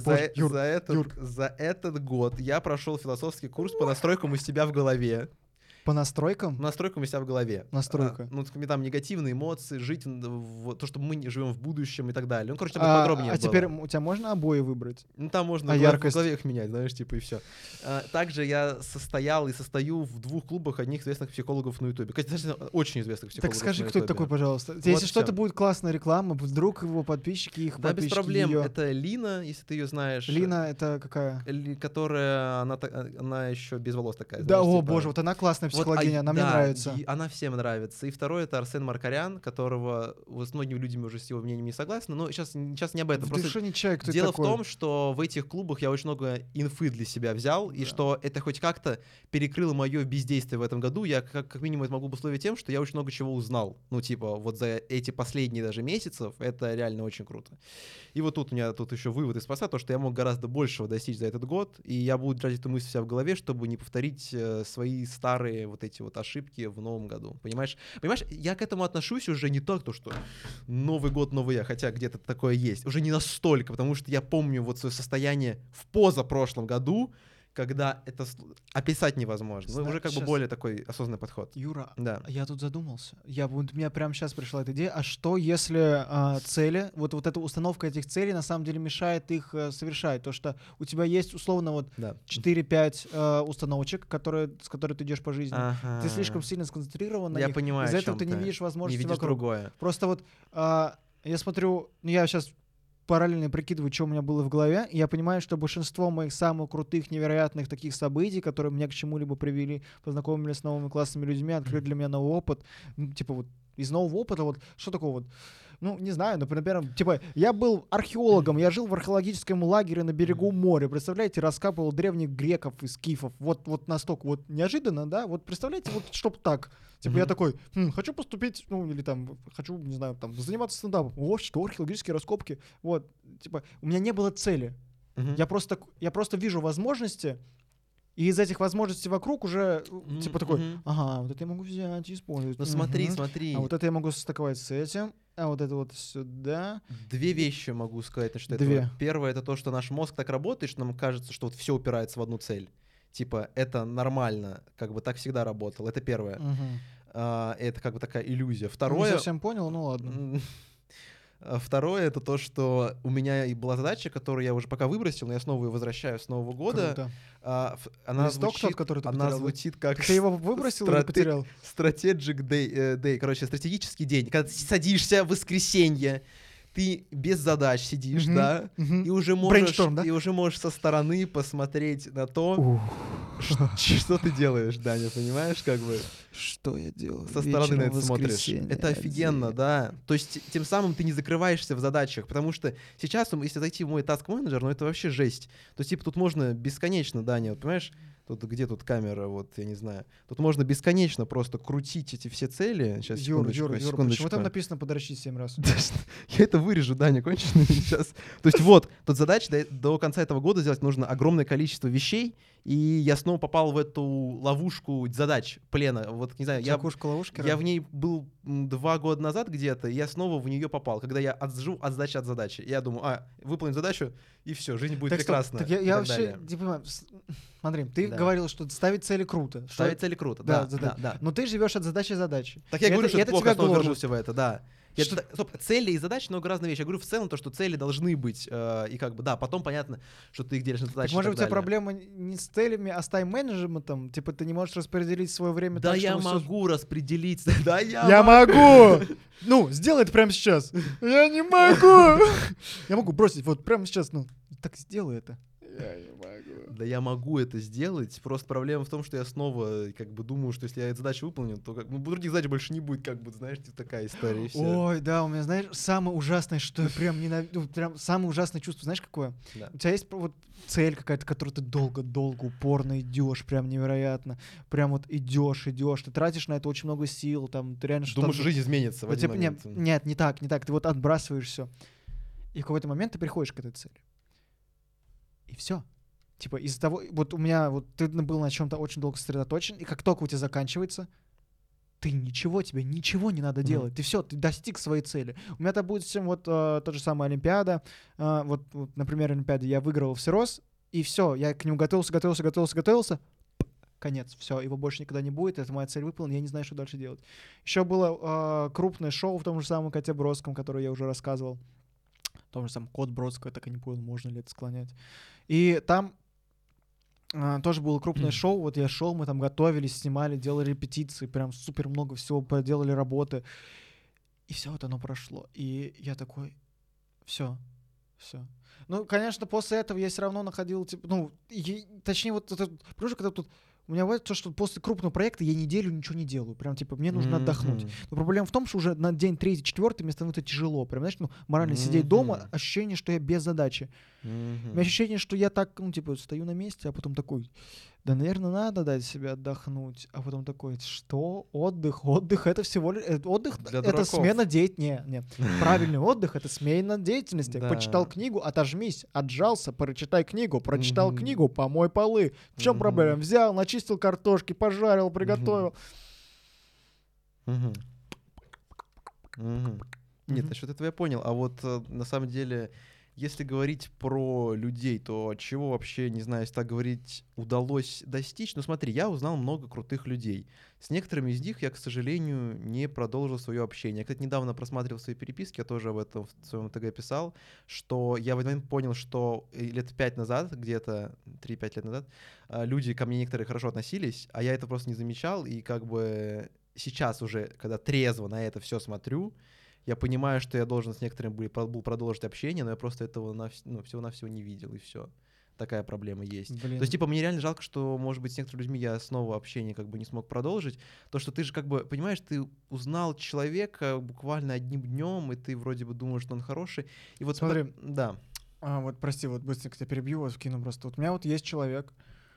За этот год я прошел философский курс по настройкам у себя в голове. По настройкам? Настройкам у себя в голове. Настройка. Ну, там негативные эмоции, жить, то, что мы живем в будущем и так далее. Ну, короче, там подробнее было. Теперь у тебя можно обои выбрать? Ну, там можно в голове их менять, знаешь, типа, и все. Также я состоял и состою в 2 клубах одних известных психологов на Ютубе. Кстати, очень известных психологов. Так скажи, кто это такой, пожалуйста. Если что-то будет классная реклама, вдруг его подписчики, их подписчики. Да, без проблем. Это Лина, если ты ее знаешь. Лина, это какая? Которая, она еще без волос такая. Да, о боже, вот она классная психологиня, она мне нравится. Она всем нравится. И второй — это Арсен Маркарян, которого с многими людьми уже с его мнением не согласны, но сейчас не об этом. Просто не чай, кто дело такой. в том, что в этих клубах я очень много инфы для себя взял, и что это хоть как-то перекрыло мое бездействие в этом году. Я как минимум это могу обусловить тем, что я очень много чего узнал. Ну, типа, вот за эти последние даже месяцев это реально очень круто. И вот тут у меня еще вывод из поста, то, что я мог гораздо большего достичь за этот год, и я буду держать эту мысль у себя в голове, чтобы не повторить свои старые вот эти вот ошибки в новом году. Понимаешь, я к этому отношусь уже не так, то, что Новый год, новый я, хотя где-то такое есть. Уже не настолько, потому что я помню вот свое состояние в позапрошлом году, когда это описать невозможно. Ну, уже как бы Щас. более такой осознанный подход. Юра, Да. я тут задумался. Вот у меня прямо сейчас пришла эта идея. А что если цели, вот эта установка этих целей на самом деле мешает их совершать? То, что у тебя есть условно вот Да. 4-5 установочек, с которой ты идешь по жизни. Ага. Ты слишком сильно сконцентрирован на Я них. понимаю, Из-за о этого чём ты не видишь возможностей не видишь вокруг. другое. Просто вот я смотрю, я сейчас параллельно прикидываю, что у меня было в голове, и я понимаю, что большинство моих самых крутых, невероятных таких событий, которые меня к чему-либо привели, познакомили с новыми классными людьми, открыли для меня новый опыт, типа вот из нового опыта, вот что такого вот, ну, не знаю, например, типа, я был археологом, я жил в археологическом лагере на берегу моря, представляете, раскапывал древних греков и скифов, вот настолько вот неожиданно, да, вот представляете, вот чтоб так, типа я такой, хочу поступить, ну, или там, хочу, не знаю, там, заниматься стендапом, о, что, археологические раскопки, вот, типа, у меня не было цели, я просто вижу возможности, и из этих возможностей вокруг уже, типа, такой, ага, вот это я могу взять и использовать. Ну смотри. А вот это я могу состыковать с этим, а вот это вот сюда. Две вещи могу сказать насчет этого. Две. Первое — это то, что наш мозг так работает, что нам кажется, что вот все упирается в одну цель. Типа, это нормально, как бы так всегда работало. Это первое. Это как бы такая иллюзия. Второе... Не совсем понял, ну ладно. Второе — это то, что у меня и была задача, которую я уже пока выбросил, но я снова ее возвращаю с Нового года. Она Листок звучит, тот, который ты она потерял, звучит как... Ты его выбросил или потерял? Strategic day, короче, стратегический день. Когда ты садишься в воскресенье, ты без задач сидишь, да, и уже можешь со стороны посмотреть на то, что ты делаешь, Даня, понимаешь, как бы. Что я делаю? Со стороны на это смотришь. Это офигенно, да. То есть тем самым ты не закрываешься в задачах, потому что сейчас, если зайти в мой Task Manager, ну это вообще жесть. То есть типа тут можно бесконечно, Даня, вот, понимаешь, где тут камера, вот, я не знаю. Тут можно бесконечно просто крутить эти все цели. Сейчас, Юра, почему там написано «подрочить 7 раз»? Я это вырежу, Даня, кончено сейчас. То есть вот, тут задача до конца этого года сделать нужно огромное количество вещей, и я снова попал в эту ловушку задач, плена. Вот, не знаю, я в ней был 2 года назад где-то, и я снова в нее попал, когда я отжил от задачи. Я думаю, выполнить задачу, и все, жизнь будет прекрасна. Я вообще не понимаю. Смотри, ты говорил, что ставить цели круто. Ставить цели круто, да. Но ты живешь от задачи к задаче. Так я говорю, что это плохо, что вернулся в это, да. Цели и задачи — много разных вещей. Я говорю в целом то, что цели должны быть, и как бы, да, потом понятно, что ты их делишь на задачи. Может, у тебя проблема не с целями, а с тайм-менеджментом? Типа ты не можешь распределить свое время так, что... Да я могу распределить. Да я могу! Ну, сделай это прямо сейчас. Я не могу! Я могу бросить вот прямо сейчас, ну, так сделай это. Я не могу. Да я могу это сделать, просто проблема в том, что я снова как бы думаю, что если я эту задачу выполню, то других задач больше не будет, как бы, знаешь, такая история и всё. Ой, да, у меня, знаешь, самое ужасное, что я прям ненавижу, прям самое ужасное чувство, знаешь, какое? Да. У тебя есть вот цель какая-то, которую ты долго-долго, упорно идешь, прям невероятно, прям вот идешь, ты тратишь на это очень много сил, там, ты реально что-то... Думаешь, жизнь изменится в один момент. Нет, не так, ты вот отбрасываешь все. И в какой-то момент ты приходишь к этой цели. И все. Типа из-за того, вот у меня, вот ты был на чем-то очень долго сосредоточен, и как только у тебя заканчивается, тебе ничего не надо делать. Ты все, ты достиг своей цели. У меня, допустим, вот та же самая Олимпиада, вот, например, Олимпиаде я выиграл всерос, и все, я к нему готовился, конец, все, его больше никогда не будет, это моя цель выполнена, я не знаю, что дальше делать. Еще было крупное шоу в том же самом Коте Бродском, которое я уже рассказывал. В том же самом Кот Бродского, я так и не понял, можно ли это склонять. И там тоже было крупное шоу, вот я шел, мы там готовились, снимали, делали репетиции, прям супер много всего, проделали работы. И все вот оно прошло. И я такой, все. Ну, конечно, после этого я все равно находил, типа, ну, точнее, вот это, потому что когда тут у меня бывает то, что после крупного проекта я неделю ничего не делаю. Прям, типа, мне нужно отдохнуть. Но проблема в том, что уже на день 3-4 мне становится тяжело. Прям, знаешь, ну, морально сидеть дома, ощущение, что я без задачи. У меня ощущение, что я так, ну, типа, стою на месте, а потом такой, да, наверное, надо дать себе отдохнуть. А потом такой, что? Отдых, это всего лишь... Отдых — это смена деятельности. Нет. Правильный отдых — это смена деятельности. Почитал книгу, отожмись, отжался, прочитай книгу, прочитал книгу, помой полы. В чем проблема? Взял, начистил картошки, пожарил, приготовил. Нет, насчет этого я понял. А вот на самом деле если говорить про людей, то чего вообще, не знаю, если так говорить, удалось достичь? Ну смотри, я узнал много крутых людей. С некоторыми из них я, к сожалению, не продолжил свое общение. Я, кстати, недавно просматривал свои переписки, я тоже об этом в своем ТГ писал, что я в этот момент понял, что лет 5 назад, где-то 3-5 лет назад, люди ко мне некоторые хорошо относились, а я это просто не замечал, и как бы сейчас уже, когда трезво на это все смотрю, я понимаю, что я должен с некоторыми был продолжить общение, но я просто этого всего-навсего не видел, и все. Такая проблема есть. Блин. То есть, типа, мне реально жалко, что, может быть, с некоторыми людьми я снова общение как бы не смог продолжить. То, что ты же как бы, понимаешь, ты узнал человека буквально одним днем, и ты вроде бы думаешь, что он хороший. И вот Смотри. Да. Вот, прости, вот быстренько тебя перебью, вот вкину просто. Вот у меня вот есть человек,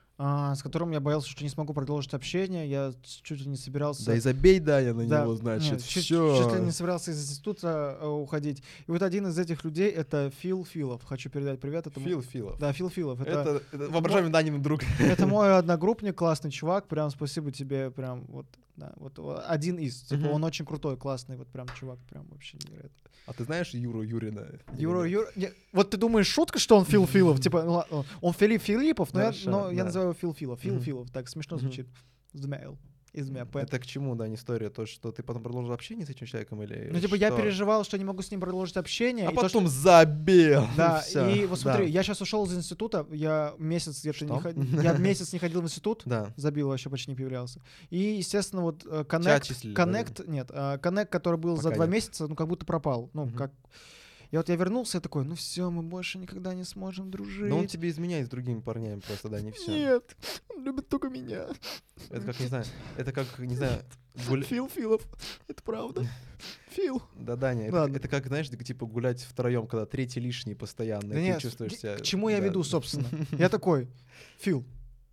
с которым я боялся, что не смогу продолжить общение. Я чуть ли не собирался... Да и забей, Даня, на Да, него, значит, нет, чуть ли не собирался из института уходить. И вот один из этих людей — это Фил Филов. Хочу передать привет этому... Фил Филов. Да, Фил Филов. Это воображаемый Данин друг. Это мой одногруппник, классный чувак. Прям спасибо тебе, прям вот... Да, вот один из. Типа, он очень крутой, классный, вот прям чувак, прям вообще невероятно. А ты знаешь Юру Юрина? Вот ты думаешь, шутка, что он Фил Филов? Типа, ну ладно, он Филипп Филиппов, но я называю его Фил Филов. Фил Филов, так смешно звучит. Из МЯП. Это к чему, да, история? То, что ты потом продолжил общение с этим человеком или Ну, типа, что? я переживал, что не могу с ним продолжить общение. А и потом то, что... забил. Да, Всё. и вот смотри, Да. я сейчас ушел из института, я месяц где-то Что? я месяц не ходил в институт, Да. забил, вообще почти не появлялся. И, естественно, вот Тебя отчислили, коннект, который был за Пока 2 нет. месяца, ну, как будто пропал. Ну, Мгм. как... И вот я вернулся, я такой, ну все, мы больше никогда не сможем дружить. Но он тебе изменяет с другими парнями просто, да, не все. Нет, он любит только меня. Это как, не знаю, Фил Филов, это правда. Фил. Да, Даня, Ладно. это как, знаешь, типа гулять втроем, когда третий лишний постоянно, Да и нет, ты чувствуешь себя... к чему я да. веду, собственно? Я такой, Фил,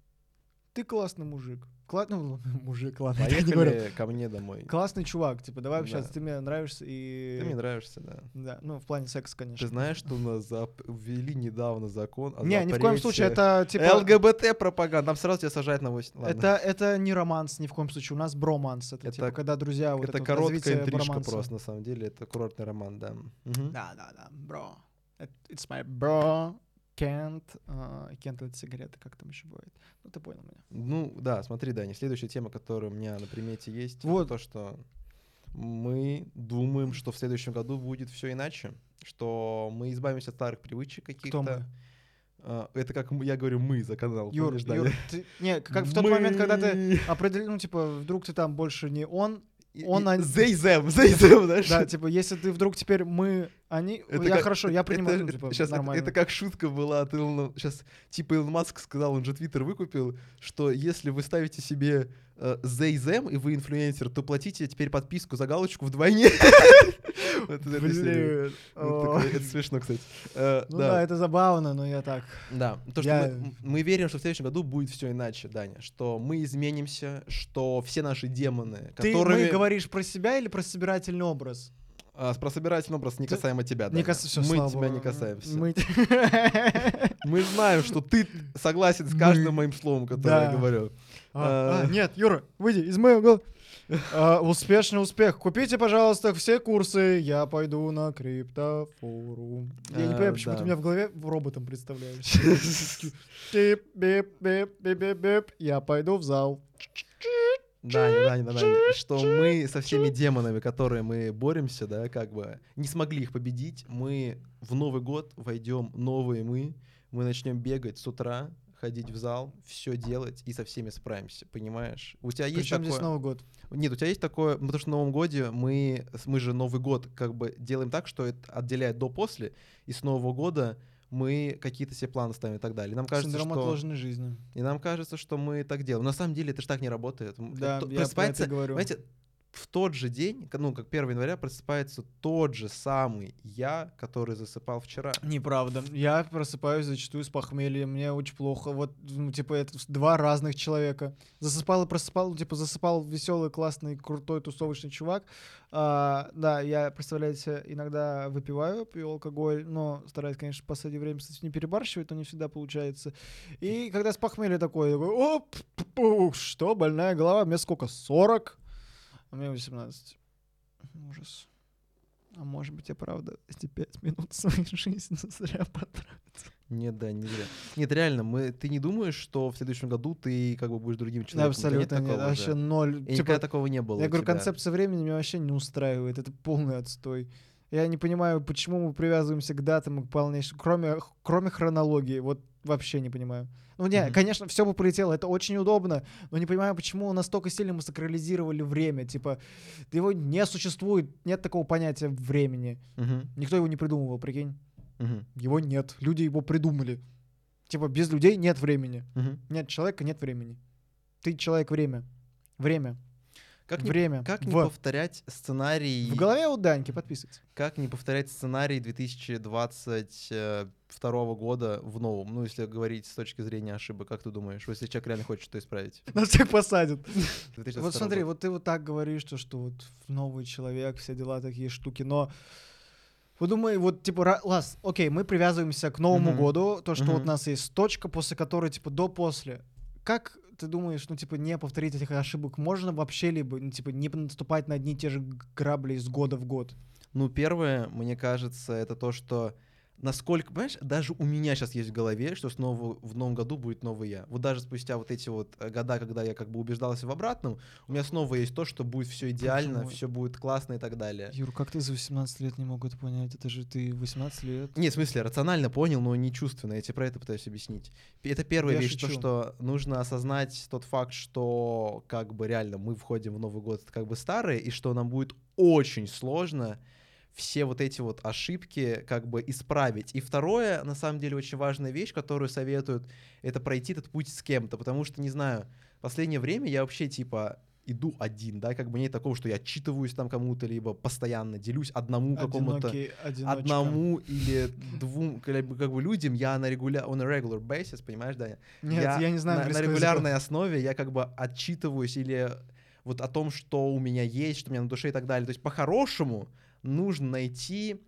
ты классный мужик. Ну, мужик, ладно, я не говорю. Поехали ко мне домой. Классный чувак, типа, давай общаться, Да. ты мне нравишься и... Ты мне нравишься, да. Да, ну, в плане секса, конечно. Ты знаешь, что у нас ввели недавно закон о Не, ни в коем запрете случае, это типа... ЛГБТ-пропаганда. Нам сразу тебя сажают на 8. Ладно. Это не романс ни в коем случае, у нас броманс. Это типа, когда друзья, вот Это вот короткая развитие интрижка броманса. просто, на самом деле. Это курортный роман, да. Мгм. Да, бро. It's my bro. Kent. Kent — это сигареты, как там еще бывает. Ну, ты понял меня. Ну, да, смотри, Даня, следующая тема, которая у меня на примете есть, Вот. то, что мы думаем, что в следующем году будет все иначе, что мы избавимся от старых привычек каких-то. Кто мы? Это как я говорю «мы» за канал. Юр, помнишь, Даня? не, как в тот момент, когда ты определил, ну, типа, вдруг ты там больше не он, They them, знаешь? Да, типа, если ты вдруг теперь мы, они, я принимаю, ну, типа, сейчас нормально. это как шутка была от Илона. Сейчас типа Илон Маск сказал, он же Твиттер выкупил, что если вы ставите себе they them и вы инфлюенсер, то платите теперь подписку за галочку вдвойне. Блин. Это смешно, кстати. Ну да, это забавно, но я так. Да, то, что мы верим, что в следующем году будет все иначе, Даня, что мы изменимся, что все наши демоны, которые... Ты говоришь про себя или про собирательный образ? Про собирательный образ не касаемо тебя, Даня. Всё, мы слава тебя богу. не касаемся. Мы Мы знаем, что ты согласен с каждым моим словом, которое я говорю. Нет, Юра, выйди из моего головы. Успешный успех. Купите, пожалуйста, все курсы. Я пойду на криптофорум. Я не понимаю, почему ты меня в голове роботом представляешь. Бип-бип-бип-бип-бип. Я пойду в зал. Даня, что мы со всеми демонами, которые мы боремся, да, как бы не смогли их победить, мы в Новый год войдем новые мы начнем бегать с утра, ходить в зал, все делать и со всеми справимся, понимаешь? У тебя есть Причем такое... здесь Новый год? Нет, у тебя есть такое, потому что на Новом годе мы же Новый год как бы делаем так, что это отделяет до-после, и с Нового года мы какие-то себе планы ставим и так далее. И нам кажется, Синдром отложенной жизни. И нам кажется, что мы так делаем. Но на самом деле это же так не работает. Да, я про это говорю. Знаете, в тот же день, ну, как 1 января, просыпается тот же самый я, который засыпал вчера. Неправда. Я просыпаюсь зачастую с похмельем, мне очень плохо. Вот, ну, типа, это 2 разных человека. Засыпал и просыпал, типа, засыпал веселый, классный, крутой, тусовочный чувак. Да, я, представляете, иногда выпиваю, пью алкоголь, но стараюсь, конечно, в последнее время, кстати, не перебарщивать, но не всегда получается. И когда с похмелья такой, что, больная голова, мне сколько, 40? А мне 18. Ужас. А может быть, я правда эти 5 минут своей жизни зря потратил. Нет, да, не зря. Нет, реально, ты не думаешь, что в следующем году ты как бы будешь другим человеком? Абсолютно нет, такого вообще уже? ноль. И никогда такого не было Я у говорю, тебя? концепция времени меня вообще не устраивает. Это полный отстой. Я не понимаю, почему мы привязываемся к датам и к полнейшему, кроме хронологии. Вот вообще не понимаю. Ну, не, конечно, все бы полетело, это очень удобно, но не понимаю, почему настолько сильно мы сакрализировали время. Типа, его не существует, нет такого понятия времени. Никто его не придумывал, прикинь. Его нет, люди его придумали. Типа, без людей нет времени. Нет человека, нет времени. Ты человек время. Время. Как время. Не повторять сценарий... В голове у Даньки, подписывайтесь. Как не повторять сценарий 2022 года в новом? Ну, если говорить с точки зрения ошибок, как ты думаешь? Если человек реально хочет что-то исправить. Нас всех посадят. 2022 Вот смотри, год. вот ты вот так говоришь, что вот новый человек, все дела, такие штуки, но... Вот думаю, вот типа, окей, мы привязываемся к Новому году, то, что вот у нас есть точка, после которой, типа, до-после. Как ты думаешь, ну, типа, не повторить этих ошибок можно вообще либо, ну, типа, не наступать на одни и те же грабли из года в год? Ну, первое, мне кажется, это то, что насколько, понимаешь, даже у меня сейчас есть в голове, что снова в новом году будет новый я. Вот даже спустя вот эти вот года, когда я как бы убеждался в обратном, у меня снова есть то, что будет все идеально, все будет классно и так далее. Юр, как ты за 18 лет не могу это понять? Это же ты 18 лет. Нет, в смысле, рационально понял, но не чувственно. Я тебе про это пытаюсь объяснить. Это первая вещь, то, что нужно осознать тот факт, что как бы реально мы входим в Новый год как бы старые, и что нам будет очень сложно все вот эти вот ошибки как бы исправить. И второе, на самом деле, очень важная вещь, которую советуют, это пройти этот путь с кем-то, потому что, не знаю, в последнее время я вообще, типа, иду один, да, как бы нет такого, что я отчитываюсь там кому-то, либо постоянно делюсь одному какому-то, одному или двум, как бы людям, я on a regular basis, понимаешь, да? Нет, я не знаю. На регулярной основе я как бы отчитываюсь или вот о том, что у меня есть, что у меня на душе и так далее. То есть по-хорошему нужно найти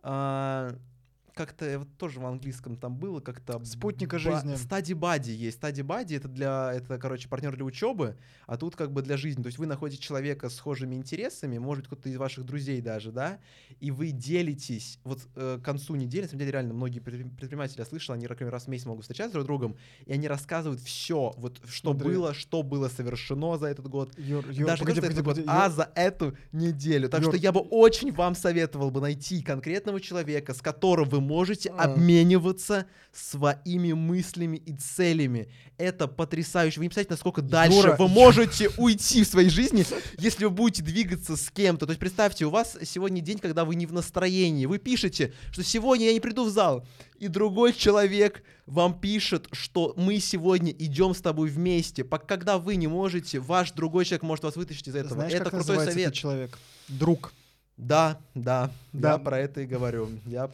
как-то вот тоже в английском там было как-то спутника жизни. Study buddy есть. Study buddy это, короче, партнер для учебы, а тут как бы для жизни. То есть вы находите человека с схожими интересами, может быть, кто-то из ваших друзей даже, да, и вы делитесь вот к концу недели. На самом деле, реально, многие предприниматели, я слышал, они раз в месяц могут встречаться друг с другом, и они рассказывают все, вот что было совершено за этот год. Даже не за этот год, а за эту неделю. Так что я бы очень вам советовал бы найти конкретного человека, с которым вы можете обмениваться своими мыслями и целями. Это потрясающе. Вы не представляете, насколько дальше вы можете уйти в своей жизни, если вы будете двигаться с кем-то. То есть представьте, у вас сегодня день, когда вы не в настроении. Вы пишете, что сегодня я не приду в зал. И другой человек вам пишет, что мы сегодня идем с тобой вместе. Когда вы не можете, ваш другой человек может вас вытащить из этого. Знаешь, это как крутой совет. Этот человек? Друг. Да. Я про это и говорю.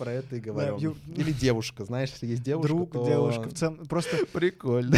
Или девушка, знаешь, если есть девушка, друг, то... девушка, в целом, просто... Прикольно.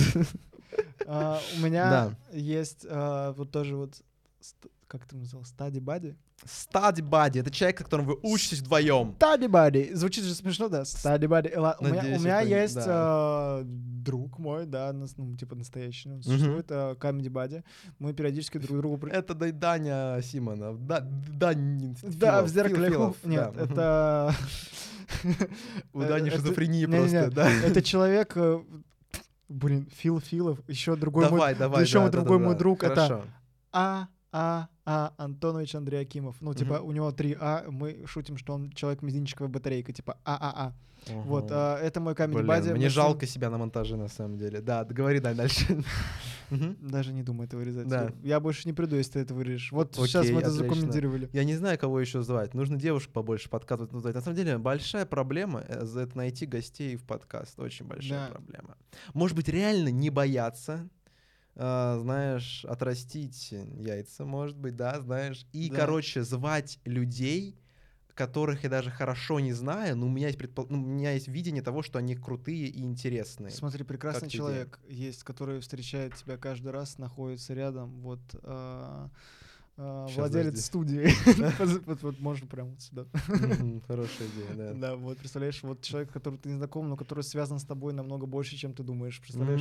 У меня есть вот тоже вот, как ты назвал, study buddy? Study buddy — это человек, с которым вы учитесь вдвоем. Study buddy. Звучит же смешно, да? Study buddy. У меня есть друг мой, да, ну, типа настоящий, он существует, comedy buddy. Мы периодически друг другу... Это Даня Симонов. Да, в «Зеркале». Нет, это... У Дани шизофрения просто, да. Это человек... Блин, Фил Филов, еще другой мой друг, это Антонович Андрей Акимов. Ну, типа, у него 3 А, мы шутим, что он человек-мизинчиковая батарейка, типа ААА. Вот, это мой comedy buddy. Мне жалко себя на монтаже, на самом деле. Да, говори дальше. Даже не думай это вырезать. Да. Я больше не приду, если ты это вырежешь. Вот сейчас мы это закомментировали. Я не знаю, кого еще звать. Нужно девушек побольше подкатывать. На самом деле, большая проблема — это найти гостей в подкаст. Очень большая проблема. Может быть, реально не бояться, знаешь, отрастить яйца, может быть, да, знаешь. И, короче, звать людей, которых я даже хорошо не знаю, но у меня есть видение того, что они крутые и интересные. Смотри, прекрасный человек есть, который встречает тебя каждый раз, находится рядом. Вот владелец студии. Вот можно прямо вот сюда. Хорошая идея, да. Да, вот представляешь, вот человек, который ты не знаком, но который связан с тобой намного больше, чем ты думаешь, представляешь?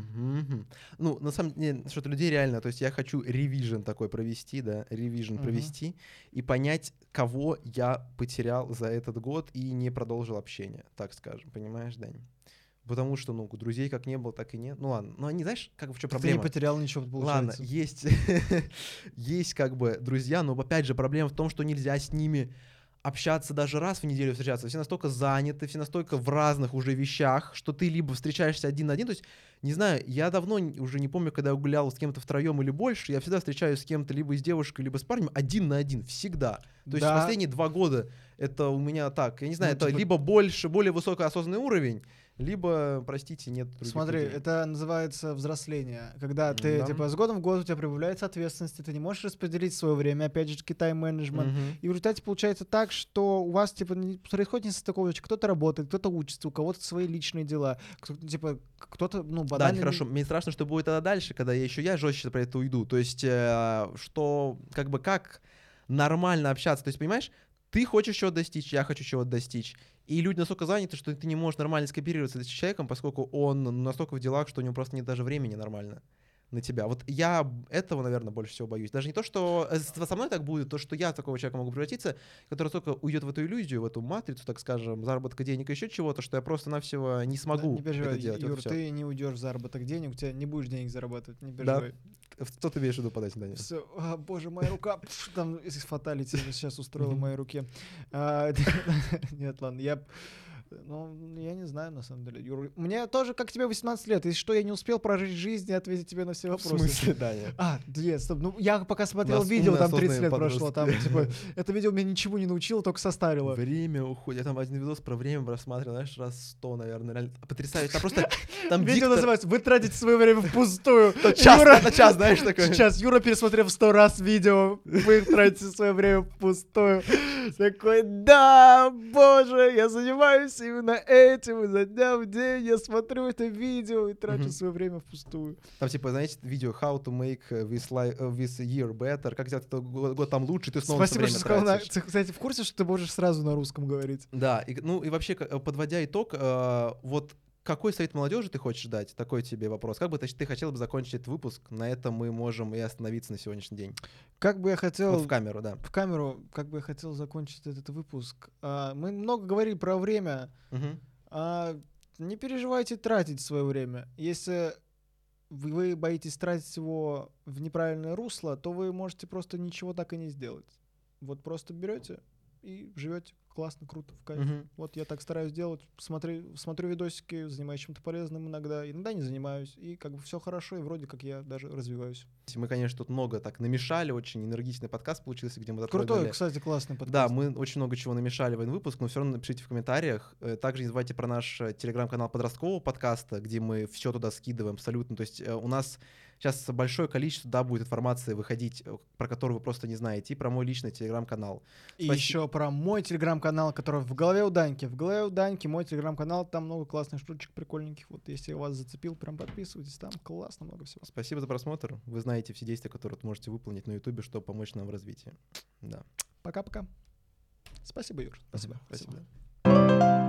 Ну, на самом деле, что-то людей реально, то есть я хочу ревижн такой провести, да, провести и понять, кого я потерял за этот год и не продолжил общение, так скажем, понимаешь, Дань? Потому что, ну, друзей как не было, так и нет. Ну ладно, но они, знаешь, как бы в чем проблема? Ты не потерял ничего, получается. Ладно, есть как бы друзья, но опять же проблема в том, что нельзя с ними общаться даже раз в неделю встречаться. Все настолько заняты, все настолько в разных уже вещах, что ты либо встречаешься один на один, то есть, не знаю, я давно уже не помню, когда я гулял с кем-то втроем или больше, я всегда встречаюсь с кем-то либо с девушкой, либо с парнем один на один, всегда. То есть последние 2 года это у меня так, я не знаю, это либо более высокоосознанный уровень, либо, простите, нет других Смотри, людей. это называется взросление. Когда ты, типа, с годом в год у тебя прибавляется ответственности, ты не можешь распределить свое время, опять же, тайм-менеджмент. И в результате получается так, что у вас, типа, происходит несостыковочка. Кто-то работает, кто-то учится, у кого-то свои личные дела. Кто-то, ну, банально... Да, хорошо. Мне страшно, что будет тогда дальше, когда я жестче про это уйду. То есть, что, как бы, как нормально общаться. То есть, понимаешь, ты хочешь чего-то достичь, я хочу чего-то достичь. И люди настолько заняты, что ты не можешь нормально скооперироваться с этим человеком, поскольку он настолько в делах, что у него просто нет даже времени нормально на тебя. Вот я этого, наверное, больше всего боюсь. Даже не то, что со мной так будет, то, что я такого человека могу превратиться, который только уйдет в эту иллюзию, в эту матрицу, так скажем, заработка денег и еще чего-то, что я просто-навсего не смогу не переживай, это делать. Юр, вот ты не уйдешь в заработок денег, у тебя не будешь денег зарабатывать, не переживай. Да? Что ты имеешь в виду подать, Даня? Все, боже, моя рука, там из фаталити сейчас устроила в моей руке. Нет, ладно, я не знаю, на самом деле. Юр, мне тоже, как тебе, 18 лет. Если что, я не успел прожить жизнь и ответить тебе на все вопросы. В смысле, Даня? Нет, стоп. Ну, я пока смотрел видео, там 30 лет прошло. Там, типа, это видео меня ничего не научило, только состарило. Время уходит. Я там один видос про время просматривал, знаешь, раз 100, наверное. Реально потрясающе. Там просто... Видео называется «Вы тратите свое время впустую». На час, знаешь, такое. Сейчас Юра, пересмотрев 100 раз видео, вы тратите свое время впустую. Такой, да, боже, я занимаюсь именно этим, изо дня в день я смотрю это видео и трачу свое время впустую. Там типа, знаете, видео «How to make this year better», как сделать этот год там лучше, ты снова Спасибо, время что сказал. тратишь. Кстати, в курсе, что ты можешь сразу на русском говорить? Да, и вообще, подводя итог, вот какой совет молодежи ты хочешь дать? Такой тебе вопрос. Как бы ты хотел бы закончить этот выпуск? На этом мы можем и остановиться на сегодняшний день. Как бы я хотел... Вот в камеру, да. В камеру, как бы я хотел закончить этот выпуск. Мы много говорили про время. Не переживайте тратить свое время. Если вы боитесь тратить его в неправильное русло, то вы можете просто ничего так и не сделать. Вот просто берете и живете классно, круто, в кайф. Вот я так стараюсь делать. Смотрю видосики, занимаюсь чем-то полезным иногда не занимаюсь. И как бы все хорошо, и вроде как я даже развиваюсь. Мы, конечно, тут много так намешали, очень энергичный подкаст получился, где мы затрагивали... Крутой, кстати, классный подкаст. Да, мы очень много чего намешали в этот выпуск, но все равно напишите в комментариях. Также не забывайте про наш телеграм-канал подросткового подкаста, где мы все туда скидываем абсолютно. То есть у нас сейчас большое количество, да, будет информации выходить, про которую вы просто не знаете, и про мой личный телеграм-канал. И еще про мой телеграм-канал, который в голове у Даньки. В голове у Даньки мой телеграм-канал, там много классных штучек прикольненьких. Вот если я вас зацепил, прям подписывайтесь, там классно много всего. Спасибо за просмотр. Вы знаете все действия, которые вы можете выполнить на ютубе, чтобы помочь нам в развитии. Да. Пока-пока. Спасибо, Юр. Спасибо. Спасибо.